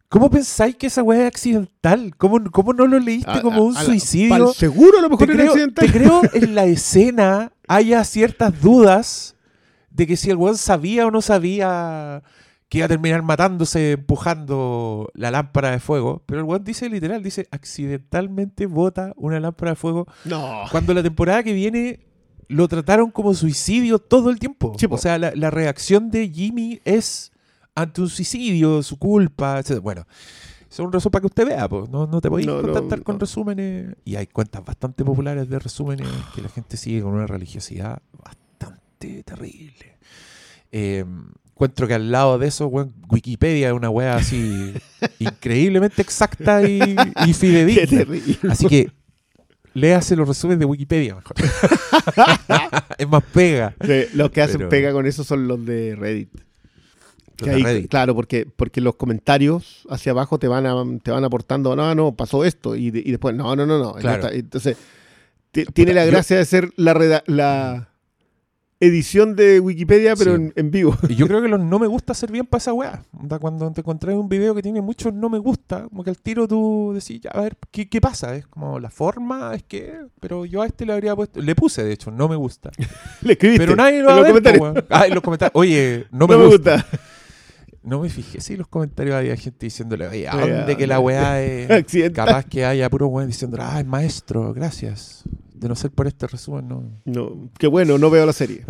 ¿Cómo pensáis que esa weá es accidental? ¿Cómo, cómo no lo leíste A- como a- un a la- suicidio? pa'l seguro a lo Te mejor era creo, accidental. te creo en la escena haya ciertas dudas de que si el weón sabía o no sabía que iba a terminar matándose empujando la lámpara de fuego. Pero el weón dice literal, dice accidentalmente bota una lámpara de fuego. No. Cuando la temporada que viene lo trataron como suicidio todo el tiempo. Sí, po. O sea, la, la reacción de Jimmy es ante un suicidio, su culpa, etcétera. Bueno, eso es un resumen para que usted vea, pues. No, no te podéis No, no, contentar con no. resúmenes. Y hay cuentas bastante populares de resúmenes que la gente sigue con una religiosidad bastante terrible. Eh, encuentro que al lado de eso, weón, Wikipedia es una wea así increíblemente exacta y, y Qué fidedigna. terrible. Así que léase los resúmenes de Wikipedia mejor. Es más pega. Sí, los que hacen Pero- pega con eso son los de Reddit. Los Que de ahí, Reddit. Claro, porque, porque los comentarios hacia abajo te van a, te van aportando, no, no, pasó esto, y, de- y después, no, no, no, no. Claro. Esta- Entonces, ti- tiene la yo- gracia de ser la, reda- la edición de Wikipedia, pero Sí. en, en vivo. Y yo creo que los no me gusta servían para esa weá. Onda, cuando te encontrás un video que tiene muchos no me gusta, como que al tiro tú decís, ya, a ver, ¿qué, qué pasa? Es como la forma, es que. Pero yo a este le habría puesto. Le puse, de hecho, no me gusta. Le escribiste Pero nadie en lo va a los ver, po, comentarios. weón. Ah, en los comentarios. Oye, no No me, me gusta. gusta. No me fijé si en los comentarios había gente diciéndole, oye, ¿a Oye, dónde que la ¿a dónde? weá es? Accidental. Capaz que haya puro weón diciendo, ah, es maestro, gracias. De no ser por este resumen, no. No, qué bueno, no veo la serie.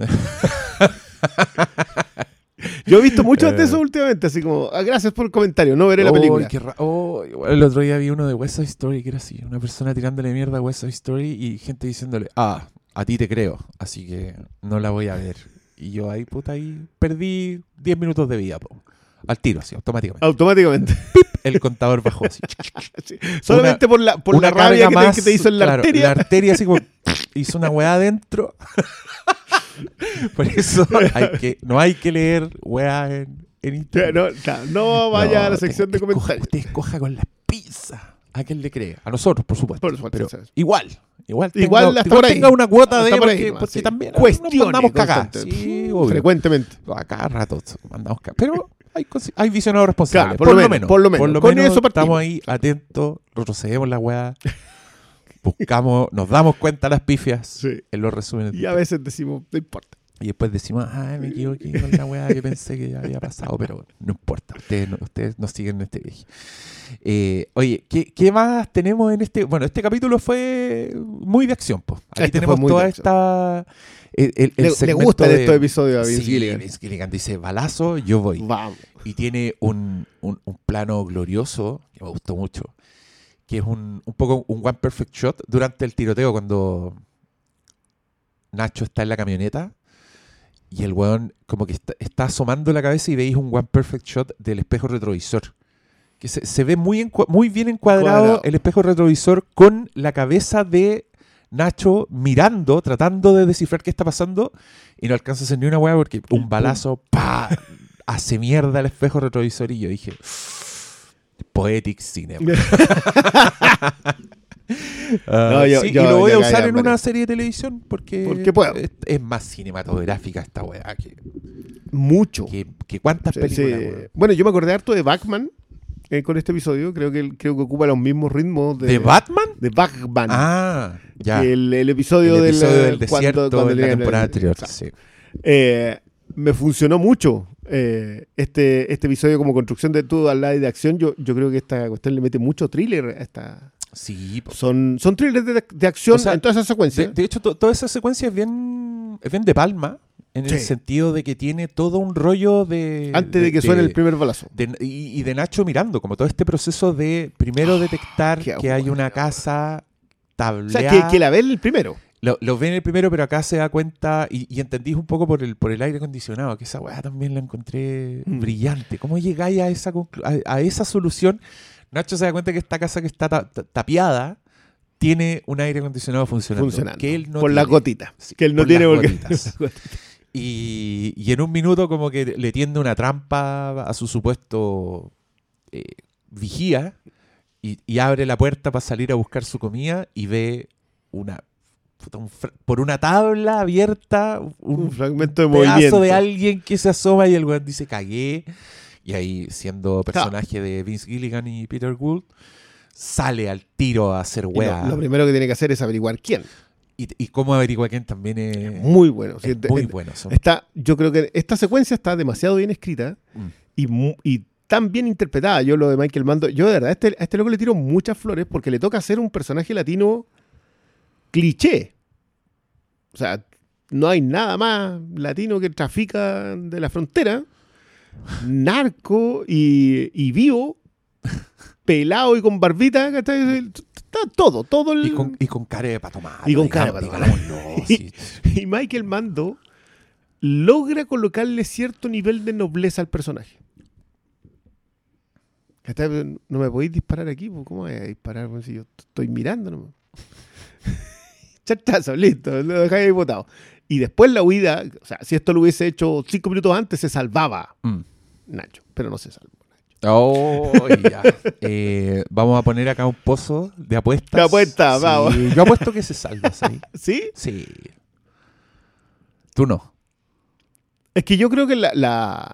Yo he visto muchos de Eh. esos últimamente, así como, ah, gracias por el comentario, no veré la Oh, película. qué ra- oh, igual el otro día vi uno de West Side Story que era así, una persona tirándole mierda a West Side Story y gente diciéndole, ah, a ti te creo, así que no la voy a ver. Y yo ahí, puta, ahí perdí diez minutos de vida, po. Al tiro, así, automáticamente. Automáticamente. El contador bajó así. Sí. Solamente por la, por la Una rabia que carga te, más, que te hizo en la claro, arteria. La arteria así como hizo una weá adentro. Por eso hay que, no hay que leer weá en, en internet. No, claro, no vaya No, a la sección de escoja- comentarios. Usted escoja con las pizzas. ¿A quién le cree? A nosotros, por supuesto. Por supuesto, pero ¿sabes? igual. Igual, Igual tenga, hasta igual por ahí. tenga una cuota de Está por ahí porque, nomás, porque sí. también Cuestione nos mandamos cagadas. constante. Sí, obvio. Frecuentemente. A cada rato mandamos cagadas. Pero hay, cosi- hay visionados responsables. Claro, por lo menos, por lo menos. Con eso partimos. estamos ahí atentos, retrocedemos la weá, buscamos, nos damos cuenta las pifias Sí. en los resúmenes. Y a veces decimos, no importa. Y después decimos, ah, me equivoqué con la weá que pensé que ya había pasado, pero no importa, ustedes, no, ustedes nos siguen en este viaje. Eh, oye, ¿qué, ¿qué más tenemos en este? Bueno, este capítulo fue muy de acción, pues. Aquí Este tenemos fue muy toda de acción. esta... El, el- el Le, le segmento gustan de- estos episodios a Vince Sí, Gilligan. Vince Gilligan dice, balazo, yo voy. Vamos. Y tiene un, un, un plano glorioso, que me gustó mucho, que es un, un poco un one perfect shot durante el tiroteo cuando Nacho está en la camioneta y el weón como que está, está asomando la cabeza y veis un one perfect shot del espejo retrovisor. Que se, se ve muy, encua- muy bien encuadrado Cuadrado. el espejo retrovisor con la cabeza de Nacho mirando, tratando de descifrar qué está pasando y no alcanza a hacer ni una hueá porque un balazo pa, hace mierda el espejo retrovisor y yo dije Poetic Cinema. Ah, No, yo- sí, yo- y lo voy yo a caí usar en en varias. una serie de televisión porque, Porque puedo. Es, es más cinematográfica esta weá que, Mucho. que, que cuántas Sí, películas. sí. weón. Bueno, yo me acordé harto de Batman eh, con este episodio. Creo que, creo que ocupa los mismos ritmos de, ¿De Batman? de Batman. Ah, ya. Que el, el episodio, el episodio del, del, eh, desierto cuando- cuando en la llegan- temporada anterior. Exacto. Sí. Eh, me funcionó mucho eh, este, este episodio como construcción de todo al lado de acción. Yo, yo creo que esta cuestión le mete mucho thriller a esta. Sí, po. Son, son thrillers de, de acción O sea, en toda esa secuencia. De, de hecho, to- toda esa secuencia es bien, es bien de palma, en el Sí. sentido de que tiene todo un rollo de... Antes de que suene el primer balazo. de- y, y de Nacho mirando, como todo este proceso de primero detectar qué que hay bueno. una casa O tableada. sea, que, que la ve el primero. Lo, lo ve en el primero, pero acá se da cuenta y, y entendís un poco por el, por el aire acondicionado, que esa weá también la encontré Mm. brillante. ¿Cómo llegáis a esa, conclu- a, a esa solución? Nacho se da cuenta que esta casa que está ta- ta- tapiada tiene un aire acondicionado funcionando. Funcionando. Que él no por tiene. las gotitas. Sí, que él no por tiene las porque. gotitas. Y, y en un minuto como que le tiende una trampa a su supuesto eh, vigía y, y abre la puerta para salir a buscar su comida y ve una puta, un fra- por una tabla abierta un, Un fragmento de pedazo movimiento. de alguien que se asoma y el weón dice cagué. Y ahí, siendo personaje de Vince Gilligan y Peter Gould, sale al tiro a hacer Y weá. Lo, lo primero que tiene que hacer es averiguar quién. Y, y cómo averigua quién también es, Muy bueno. Sí, es de- muy de- bueno. Son- Está, yo creo que esta secuencia está demasiado bien escrita Mm. y, mu- y tan bien interpretada. Yo lo de Michael Mando, yo de verdad a este, a este loco le tiro muchas flores porque le toca hacer un personaje latino cliché. O sea, no hay nada más latino que trafica de la frontera, narco y, y vivo, pelado y con barbita, ¿cachai? Está todo, todo el... Y con, y con cara de pato malo, Y con cara de digamos, pato malo. digámoslo, sí. Y Michael Mando logra colocarle cierto nivel de nobleza al personaje. ¿Cachai? No me podéis disparar aquí, pues, ¿cómo voy a disparar pues, si yo t- estoy mirando nomás? Chachazo, listo, lo dejáis ahí botado. Y después la huida, o sea, si esto lo hubiese hecho cinco minutos antes, se salvaba Mm. Nacho, pero no se salvó. Oh, ya. Eh, vamos a poner acá un pozo de apuestas. De apuestas, Sí, vamos. Yo apuesto que se salva, ¿sí? ¿Sí? Sí. Tú no. Es que yo creo que la, la-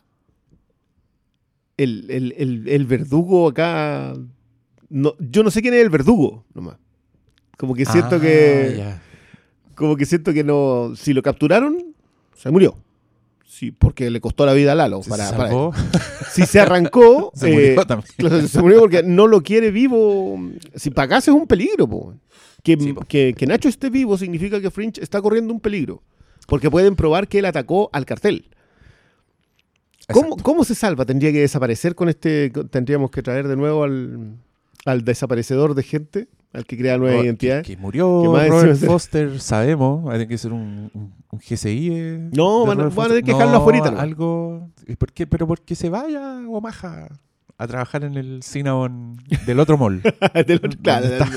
el, el- el- el verdugo acá. No, yo no sé quién es el verdugo, nomás. Como que siento Ah, que. ya. Como que siento que no. Si lo capturaron, se murió. Sí, porque le costó la vida a Lalo. Se Para, para- salvó. si se arrancó. Se murió eh, también. claro, se murió porque no lo quiere vivo. Si para acá es un peligro, po. Que, Sí, po. que, que Nacho esté vivo significa que Fringe está corriendo un peligro. Porque pueden probar que él atacó al cartel. ¿Cómo, Exacto. ¿Cómo se salva? ¿Tendría que desaparecer con este? con- ¿Tendríamos que traer de nuevo al, al desaparecedor de gente? ¿Al que crea nuevas Oh, que- identidades? Que, murió Que más Robert encima- Foster, sabemos. Va a tener que ser un, un, un G C I. eh, No, de van a- Robert van a Foster. tener que dejarlo No, afuerita, ¿no? Algo. ¿Por qué? Pero porque se vaya Omaha a trabajar en el Cinnabon del otro mall. Del otro- claro, ¿Dónde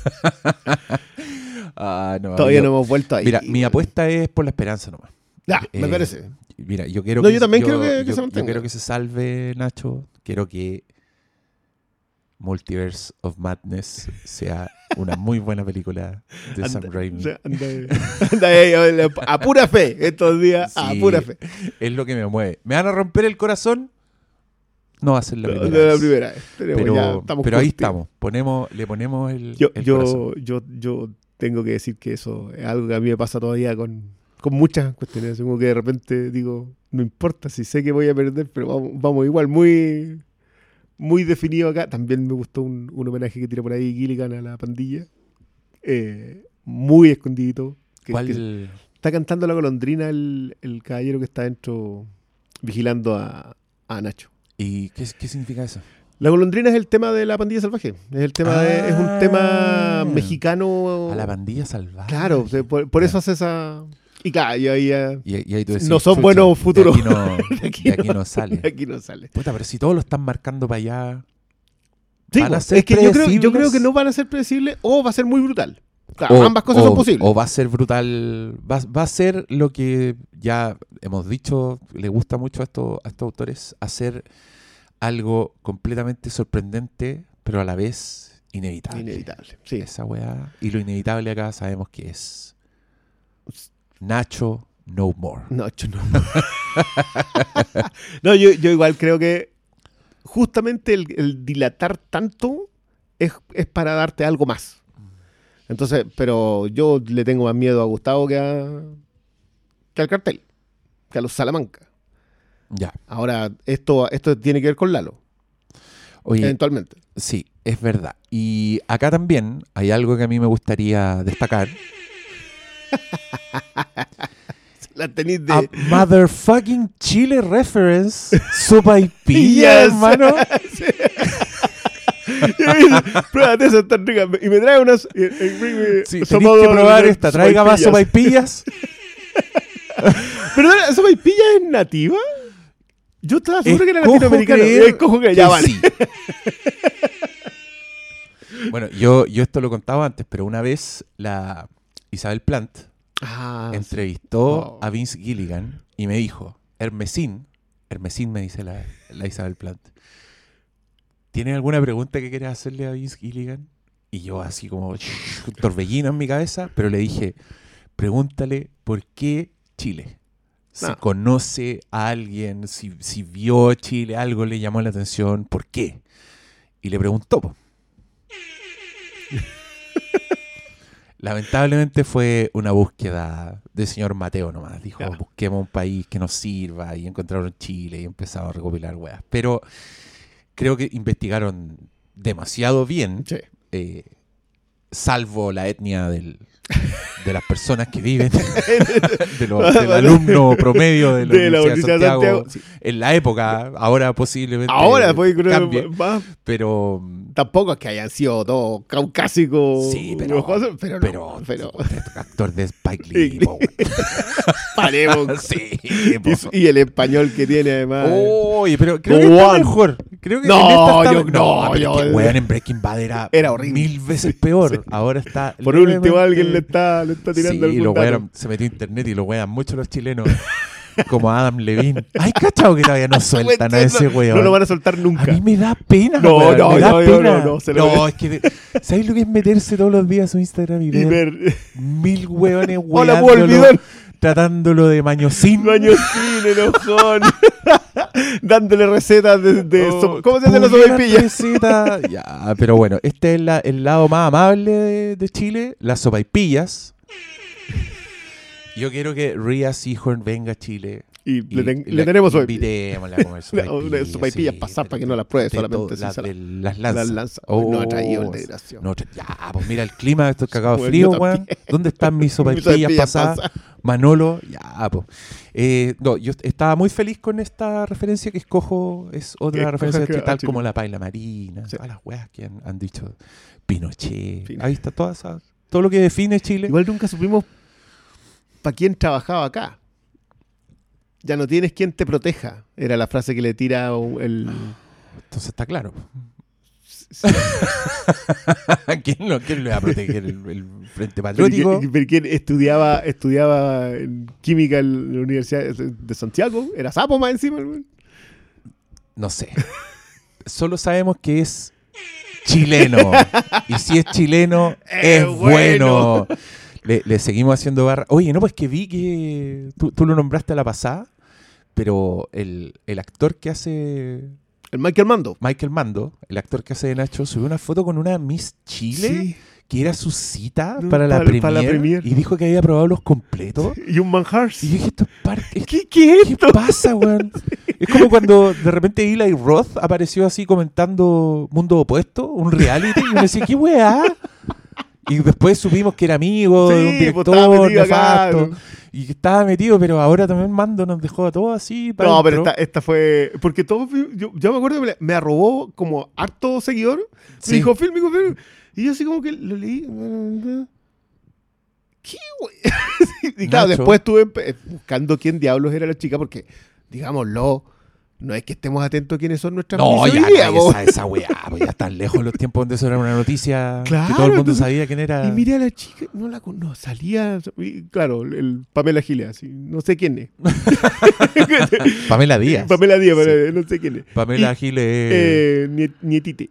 Ah, no, todavía yo- no hemos vuelto ahí. Mira, mi apuesta es por la esperanza nomás. Ya, me eh, parece. Mira, yo quiero No, que yo también yo, quiero que- que yo- se yo mantenga. quiero que se salve Nacho. Quiero que Multiverse of Madness sea una muy buena película de Sam Anda- Raimi. o sea, anda, anda ahí, a pura fe estos días, a Sí, pura fe. Es lo que me mueve. ¿Me van a romper el corazón? No va a ser la De primera la vez. primera vez. Tenemos Pero, ya, estamos pero ahí curtidos. estamos. Ponemos, le ponemos el, Yo, el corazón. yo, yo, yo tengo que decir que eso es algo que a mí me pasa todavía con, con muchas cuestiones. Como que de repente digo, no importa si sé que voy a perder, pero vamos, vamos igual, muy, muy definido acá. También me gustó un, un homenaje que tira por ahí Gilligan a la pandilla. Eh, muy escondidito. Que- ¿Cuál? que está cantando la golondrina el, el caballero que está dentro vigilando a, a Nacho. ¿Y qué, qué significa eso? La golondrina es el tema de la pandilla salvaje. Es el tema de- es un tema Ah. mexicano. A la pandilla salvaje. Claro, o sea, por, por Ya. eso hace esa. Y claro, y ahí, eh, Y, y ahí tú decís, No son "Chucha, buenos futuros". De aquí no, De aquí de aquí no. no sale. aquí no sale. Puta, pero si todos lo están marcando para allá. Sí, ¿Van a po, ser es que yo creo, yo predecibles? creo que no van a ser predecibles o va a ser muy brutal. Claro, o- ambas cosas o- son posibles. O va a ser brutal. Va, va a ser lo que ya hemos dicho, le gusta mucho a estos, a estos autores, hacer algo completamente sorprendente, pero a la vez inevitable. Inevitable. Sí. Esa weá. Y lo inevitable acá sabemos que es Nacho No More. No, yo no. no, yo, yo igual creo que justamente el, el dilatar tanto es, es para darte algo más. Entonces, pero yo le tengo más miedo a Gustavo que, a, que al cartel, que a los Salamanca. Ya. Ahora, esto, esto tiene que ver con Lalo, Oye, eventualmente. sí, es verdad. Y acá también hay algo que a mí me gustaría destacar. La tenéis de... A motherfucking Chile reference. Sopa y pilla, Yes. hermano. Y me dice, pruébate esa, tan rica. Y me trae unas... y- y- y- Sí, tenéis sopa que de- probar de esta. Traiga más sopa y pillas. ¿Pero la sopa y pilla es nativa? Yo estaba seguro que era Escojo latinoamericana. creer Escojo que ya que vale. sí. Bueno, yo, yo esto lo contaba antes, pero una vez la Isabel Plant Ah, entrevistó Oh. a Vince Gilligan y me dijo, Hermesín, Hermesín me dice la, la Isabel Plant, ¿tienes alguna pregunta que quieras hacerle a Vince Gilligan? Y yo así como un torbellino en mi cabeza, pero le dije, pregúntale por qué Chile. si No. conoce a alguien, si, si vio Chile, algo le llamó la atención, ¿por qué? Y le preguntó, po. Lamentablemente fue una búsqueda del señor Mateo nomás. Dijo, Ya. busquemos un país que nos sirva, y encontraron Chile y empezaron a recopilar weas. Pero creo que investigaron demasiado bien, Sí. eh, salvo la etnia del, de las personas que viven, de los, del alumno promedio de la, De la Universidad de Universidad de Santiago, Santiago. Sí. en la época. Ahora posiblemente Ahora, pues, creo cambie, que más- pero tampoco es que hayan sido todos caucásicos. sí, pero, cosas, pero, no, pero, pero actor de Spike Lee, po, weón. paremos. Sí, Y, po. su- y el español que tiene además. Oye, pero creo que Juan. está mejor. Creo que No, en esta está- yo- no, no, pero yo- es que, weón, en Breaking Bad era, Era horrible. mil veces peor. Ahora está Por último, levemente- alguien le está, le está tirando Sí, algún lo dato. wearon, se metió a internet y lo wean mucho los chilenos. Como Adam Levine. Ay, cachao que todavía no sueltan a ese weón. No lo van a soltar A nunca. mí me da pena, No, weón, no, me da no, no, pena. no, no, se lo- es que... de- ¿Sabes lo que es meterse todos los días a su Instagram y Y ver ver. mil weones Hola, weándolo, Wolvidón. tratándolo de mañosín? Baño sin enojón. Dándole recetas de. de Oh, so- ¿Cómo se hacen las publica sopaipillas? receta. Ya, pero bueno, este es la- el lado más amable de, de Chile, las sopaipillas. Yo quiero que Rhea Seehorn venga a Chile. Y, y le, ten- la le tenemos sopaipillas. invitémosla a comer sopaipillas. sopaipillas sí, pasar de- para que no las pruebe, de solamente to- sin las, sal. de las lanzas. Las lanzas. Oh, No ha traído el desgraciado. no tra- ya, pues mira el clima, estoy cagado de Bueno, frío, yo weón. también. ¿Dónde están mis sopaipillas sopaipillas pasadas? pasadas. Manolo, ya, pues. Eh, no, yo estaba muy feliz con esta referencia que escojo. Es otra Que referencia escojas que- tal ah, como Chile. la paila marina, Sí. todas las weas que han, han dicho. Pinochet. Fin. Ahí está toda esa- todo lo que define Chile. Igual nunca supimos para quién trabajaba acá. Ya no tienes quien te proteja. Era la frase que le tira un- el. Entonces está claro. ¿Quién lo, quién lo va a proteger? ¿El, el Frente Patriótico? Pero quién estudiaba, estudiaba en química en la Universidad de Santiago. Era sapo más encima. güey. No sé. Solo sabemos que es chileno. Y si es chileno, Es es bueno. bueno. Le, le seguimos haciendo barra. Oye, no, pues que vi que tú, tú lo nombraste a la pasada, pero el, el actor que hace El Michael Mando. Michael Mando, el actor que hace de Nacho, subió una foto con una Miss Chile Sí. que era su cita No, para, la para- para la premier, premier. y dijo que había probado los completos. Y un Manhars. Y yo dije, esto es parte... ¿Qué, qué es ¿Qué esto? pasa, weón? Es como cuando de repente Eli Roth apareció así comentando Mundo Opuesto, un reality, y me decía, ¿qué weá? Y después supimos que era amigo de un Sí, pues, estaba director metido acá, nefasto, ¿no? y que estaba metido, pero ahora también Mando nos dejó a todos así. para No, pero adentro. esta, esta fue. Porque todo. Yo, yo me acuerdo que me, me arrobó como harto seguidor. Sí. Me dijo, film, me dijo, film. Y yo así como que lo leí. ¿Qué, güey? Y claro, Nacho. después estuve empe- buscando quién diablos era la chica, porque, digámoslo, no es que estemos atentos a quiénes son nuestras No, Miss ya, hoy día, nadie po. sabe esa weá, pues ya están lejos los tiempos donde eso era una noticia Claro, que todo el mundo entonces- sabía quién era. Y miré a la chica, no la conozco, salía, y, claro, el Pamela Giles, así, no sé quién es. Pamela Díaz. Pamela Díaz, Sí. pero no sé quién es. Pamela Y, Giles. Eh, nie- nietite.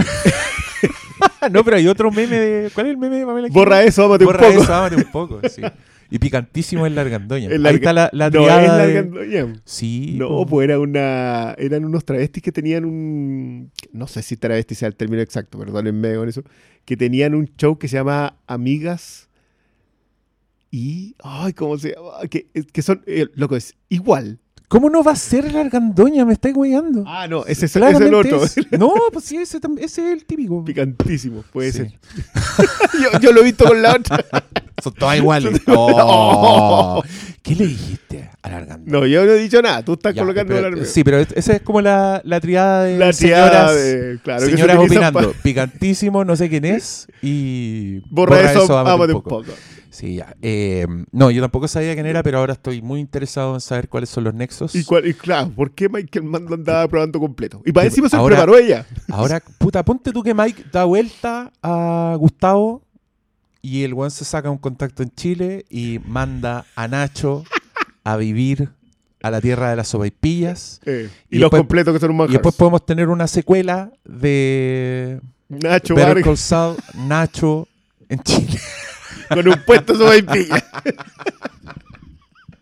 No, pero hay otro meme de. ¿Cuál es el meme de Pamela Giles? Borra eso, ámate un Borra poco. eso, ámate un poco, sí. Y picantísimo el Largandoña. El Ahí larga- está la, la no, es triada de- Largandoña. Sí. No, po. pues era una. Eran unos travestis que tenían un. No sé si travesti sea el término exacto, perdónenme con eso. Que tenían un show que se llama Amigas. Y. Ay, ¿cómo se llama? Que, que son. Eh, loco, es igual. ¿Cómo no va a ser Largandoña? Me estáis weyando. Ah, no, ese es, ese es el Claramente otro. es. No, pues sí, ese, tam- ese es el típico. Picantísimo, puede Sí. ser. yo, yo lo he visto con la otra. Son todas iguales. Oh. Oh. ¿Qué le dijiste a Largandoña? No, yo no he dicho nada. Tú estás Ya, colocando pero- la sí, pero es- esa es como la, la triada de La señoras, triada de. Claro, que se señoras utilizan opinando. pa- Picantísimo, no sé quién es. Y. Borra, eso, ámate ámate un poco. Sí, ya. Eh, no, yo tampoco sabía quién era, pero ahora estoy muy interesado en saber cuáles son los nexos. Y, cuál- y claro, ¿por qué Michael Mann lo andaba probando completo? Y para Sí, encima se lo ahora- preparó ella. Ahora, puta, ponte tú que Mike da vuelta a Gustavo y el weón se saca un contacto en Chile y manda a Nacho a vivir a la tierra de las sopaipillas. Eh, y, Y los después- completos que son un Y manjar. después podemos tener una secuela de Nacho Better Vargas Call Saul, Nacho en Chile. con un puesto de sopaipilla.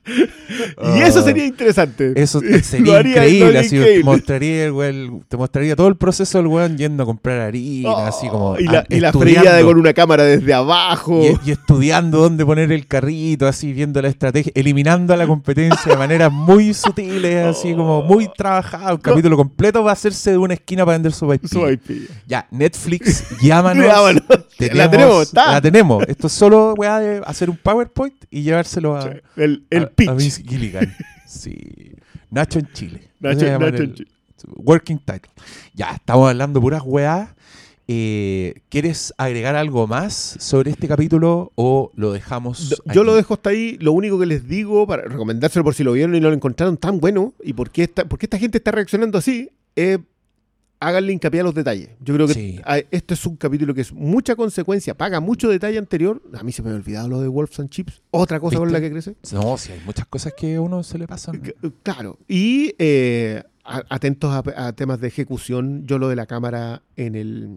Y eso sería interesante. Eso Lo sería haría- lo increíble. haría Así, increíble. Te, mostraría el, weón- te mostraría todo el proceso del weón yendo a comprar harina, Oh, así como y la, a- y la estudiando, freía de con una cámara desde abajo. y, y estudiando dónde poner el carrito, así viendo la estrategia, eliminando a la competencia de maneras muy sutiles, así como muy trabajado. Un capítulo completo va a hacerse de una esquina para vender su I P. Sopaipilla. Ya, Netflix, llámanos. Llámanos. La tenemos, está. La tenemos. Esto es solo weá de hacer un PowerPoint y llevárselo a, El, el a- pitch. a Miss Gilligan. Sí. Nacho en Chile. Nacho- Ese se llama Nacho en el- Chile. Working title. Ya, estamos hablando puras weás. Eh, ¿Quieres agregar algo más sobre este capítulo o lo dejamos? Do- Yo aquí? lo dejo hasta ahí. Lo único que les digo, para recomendárselo por si lo vieron y no lo encontraron tan bueno, y por qué esta, por qué esta gente está reaccionando así, es háganle hincapié a los detalles. Yo creo que Sí. a- esto es un capítulo que es mucha consecuencia, paga mucho detalle anterior. A mí se me había olvidado lo de Wolves and Chips. Otra cosa con ¿Viste? la que crece. No, sí, hay muchas cosas que a uno se le pasan. C- Claro. Y eh, a- atentos a, a temas de ejecución. Yo lo de la cámara en el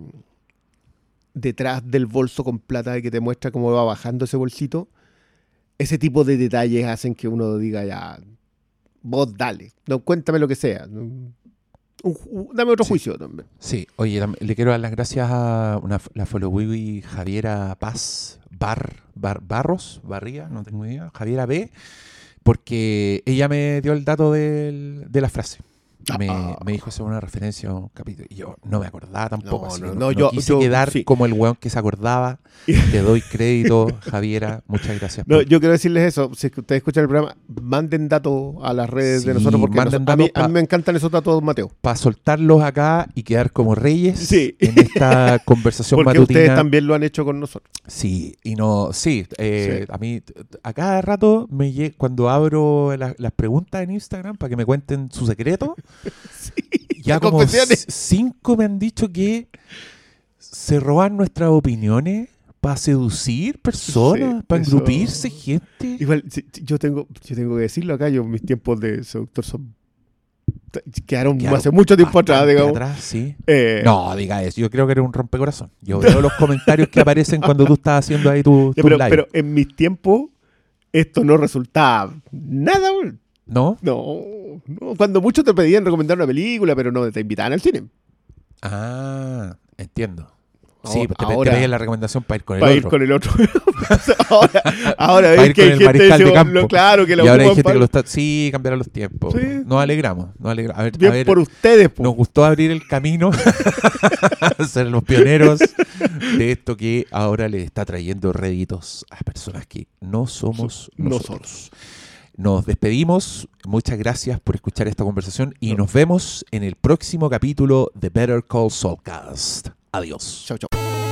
detrás del bolso con plata y que te muestra cómo va bajando ese bolsito. Ese tipo de detalles hacen que uno diga ya, vos dale, no, cuéntame lo que sea. Un ju- dame otro Sí. juicio también. Sí, oye, tam- le quiero dar las gracias a una, la followee Javiera Paz Bar, Bar- Barros, Barría, no tengo idea, Javiera B, porque ella me dio el dato del- de la frase. Me, Ah. me dijo eso en una referencia a un capítulo. Y yo no me acordaba tampoco. No, así no, que no, no, yo- quise yo- quedar sí. como el weón que se acordaba. Te doy crédito, Javiera. Muchas gracias. No, por- yo quiero decirles eso. Si es que ustedes escuchan el programa, manden datos a las redes de Sí, nosotros porque manden nos- a, mí, datos a mí pa- me encantan esos datos, Mateo. Para soltarlos acá y quedar como reyes Sí. en esta conversación Porque matutina. ustedes también lo han hecho con nosotros. Sí, y no, sí, eh, Sí. a mí t- t- a cada rato me lle- cuando abro la- las preguntas en Instagram para que me cuenten su secreto, ya las como confesiones. c- cinco me han dicho que se roban nuestras opiniones para seducir personas, Sí, para eso- engrupirse gente. Igual, si- si- yo tengo, yo tengo que decirlo acá, yo mis tiempos de seductor son t- quedaron Quedaron hace mucho tiempo atrás, bastante digamos. atrás, sí. Eh, No, diga eso, yo creo que eres un rompecorazón. Yo veo los comentarios que aparecen cuando tú estás haciendo ahí tu, ya, tu pero, live. pero en mis tiempos esto no resultaba nada, güey. ¿No? No, no, cuando muchos te pedían recomendar una película, pero no te invitaban al cine. Ah, entiendo. Ahora- Sí, pues te, pe- te ahora- pedían la recomendación para ir con el Para ir otro. con el otro. ahora ahora Para ves ir que con hay el gente mariscal de dice, campo. lo- claro, que la Y ahora hay ocupan gente que para- lo está... Sí, cambiarán los tiempos. Sí. Nos alegramos. Nos alegramos. A ver, a Bien ver, por ustedes, po. nos gustó abrir el camino, ser los pioneros de esto que ahora le está trayendo réditos a personas que no somos So- nosotros. nosotros. Nos despedimos. Muchas gracias por escuchar esta conversación y nos vemos en el próximo capítulo de Better Call Saulcast. Adiós. Chao, chao.